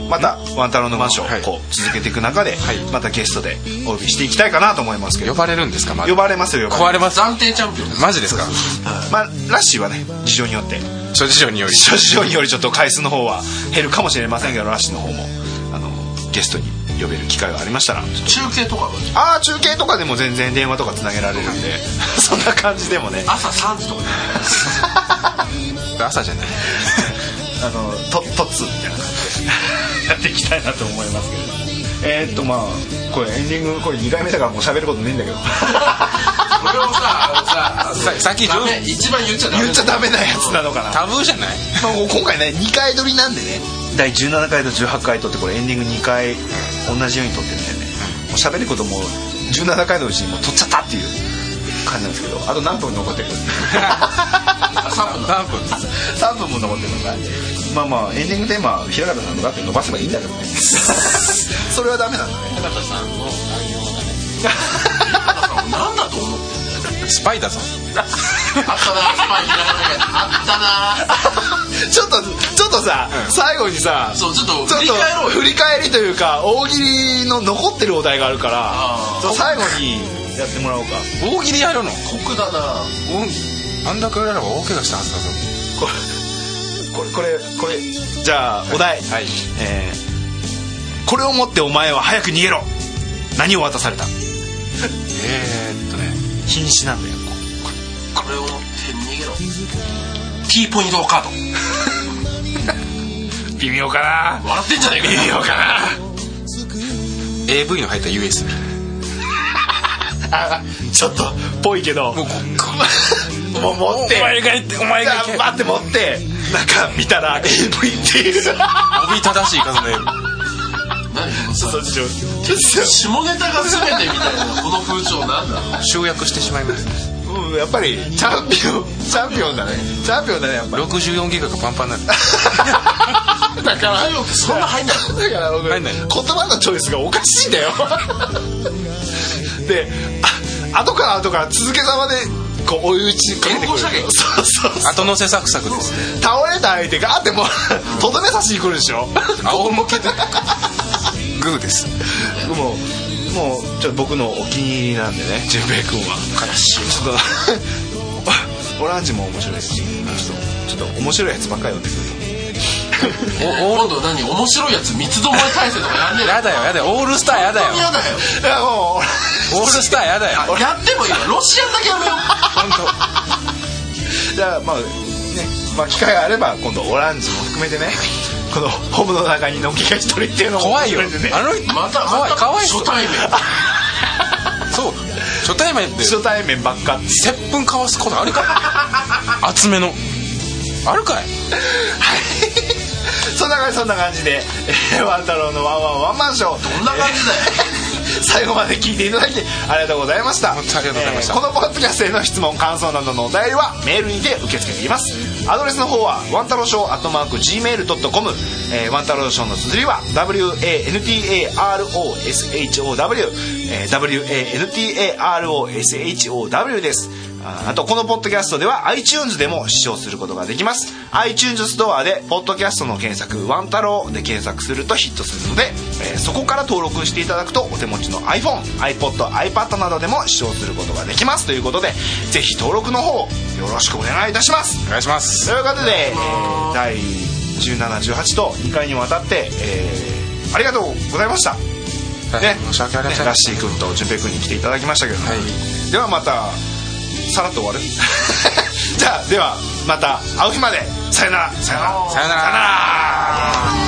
またワン太郎のマンションをこう続けていく中で、はい、またゲストでお呼びしていきたいかなと思いますけど。 呼ばれるんですか？ま、 呼ばれますよ。呼ばれます。 暫定チャンピオンマジですか？ まあラッシーはね、事情によって諸事情により諸事情によりちょっと回数の方は減るかもしれませんけど、ラッシーの方もあのゲストに呼べる機会がありましたら、 中継とかはああ中継とかでも全然電話とかつなげられるんでそんな感じでもね、 朝さんじとかで朝じゃないあのととつみたいな感じでやっていきたいなと思いますけれども、えー、っとまあこれエンディングこれにかいめだからもう喋ることねえんだけどこれをさささっきダメ一番言っちゃダメ言っちゃダメなやつなのかな。 タブーじゃない、 まあ、今回ねにかい撮りなんでね、だいじゅうななかいとじゅうはちかい撮ってこれエンディングにかい同じように撮ってるんでね、もう喋ることもじゅうななかいのうちにもう撮っちゃったっていう感じなんですけど、あと何分残ってるさんぷんさんぷんさんぷんも残ってるのか。まあまあエンディングテーマ平方さんのだって伸ばせばいいんだけどねそれはダメなんだね。 平方さんの平方さんを何だと思ってんだよ。 スパイだぞあったなスパイあったなちょっとちょっとさ、うん、最後にさそうちょっと振り返ろうよ。 振り返りというか大喜利の残ってるお題があるから最後にやってもらおうか。 大喜利やるの酷だな。 あんだけ俺らは大怪我したはずだぞ。 これこれこれこれじゃあお題、はいはい、えー、これを持ってお前は早く逃げろ。何を渡された？えーっとね瀕死なんだよ。 これを持って逃げろ。 T ポイントカード微妙かな。 笑ってんじゃねえか。 微妙かな。 エーブイ の入った ユーエスちょっとぽいけどもうもう持ってお前が言ってお前が待って持ってなんか見たら エーブイ っていうおびただしい数の エーブイ。 何このさ下ネタが全てみたいなこの風潮なんだ。 集約してしまいました。 うん、やっぱりチャンピオンチャンピオンだね。チャンピオンだねやっぱり。 ろくじゅうよんギガがパンパンになるだからそんな入んないの。 だから僕入んない。 言葉のチョイスがおかしいんだよであ後から後から続けざまでこう追い打ちかけてくる。そうそうそう後乗せサクサクですね。 倒れた相手があってもうとどめさしに来るでしょ。 仰向けでグーです。 もうもうちょっと僕のお気に入りなんでね、純平君は悲しい。ちょっとオランジも面白いし、ちょっとちょっと面白いやつばっかり読んでくるお今度何面白いやつ三つどもえ体制とかやんねえ。 やだよやだよ。オールスターやだよ。 やだよ。 いやもうオールスターやだよ。 やってもいいわ。ロシアンだけやめよう。 本当。じゃあまあね、まあ機会があれば今度オランジも含めてね、このホームの中にのきが一人っていうのも怖いよ。あのまたまたかわい初対面。 そう初対面って初対面ばっかって接吻交わすことあるか厚めのあるかい。はいそんな感じそんな感じで、えー、ワン太郎のワンワンワンマンショーどんな感じだよ最後まで聞いていただきありがとうございました。 本当ありがとうございました、 えー、このポッドキャストへの質問感想などのお便りはメールにて受け付けています。アドレスの方はワンタローショーアットマーク ジーメールドットコム、えー、ワンタローショーの綴りは ダブリューエーエヌティーエーアールオーエスエイチオーダブリュー、 えー、ダブリューエーエヌティーエーアールオーエスエイチオーダブリュー です。あ, あとこのポッドキャストでは iTunes でも視聴することができます。 iTunes ストアでポッドキャストの検索ワン太郎で検索するとヒットするので、えー、そこから登録していただくとお手持ちの iPhone、iPod、iPad などでも視聴することができますということで、ぜひ登録の方よろしくお願いいたします。 お願いします。 ということで、えー、だいじゅうなな、じゅうはちとにかいにわたって、えー、ありがとうございました、 はい、 ね、 申し訳ありません、 ね、ラッシー君と淳平君に来ていただきましたけど、はい、ではまたさらっと終わるじゃあではまた会う日まで、さよなら、さよなら、 さよなら。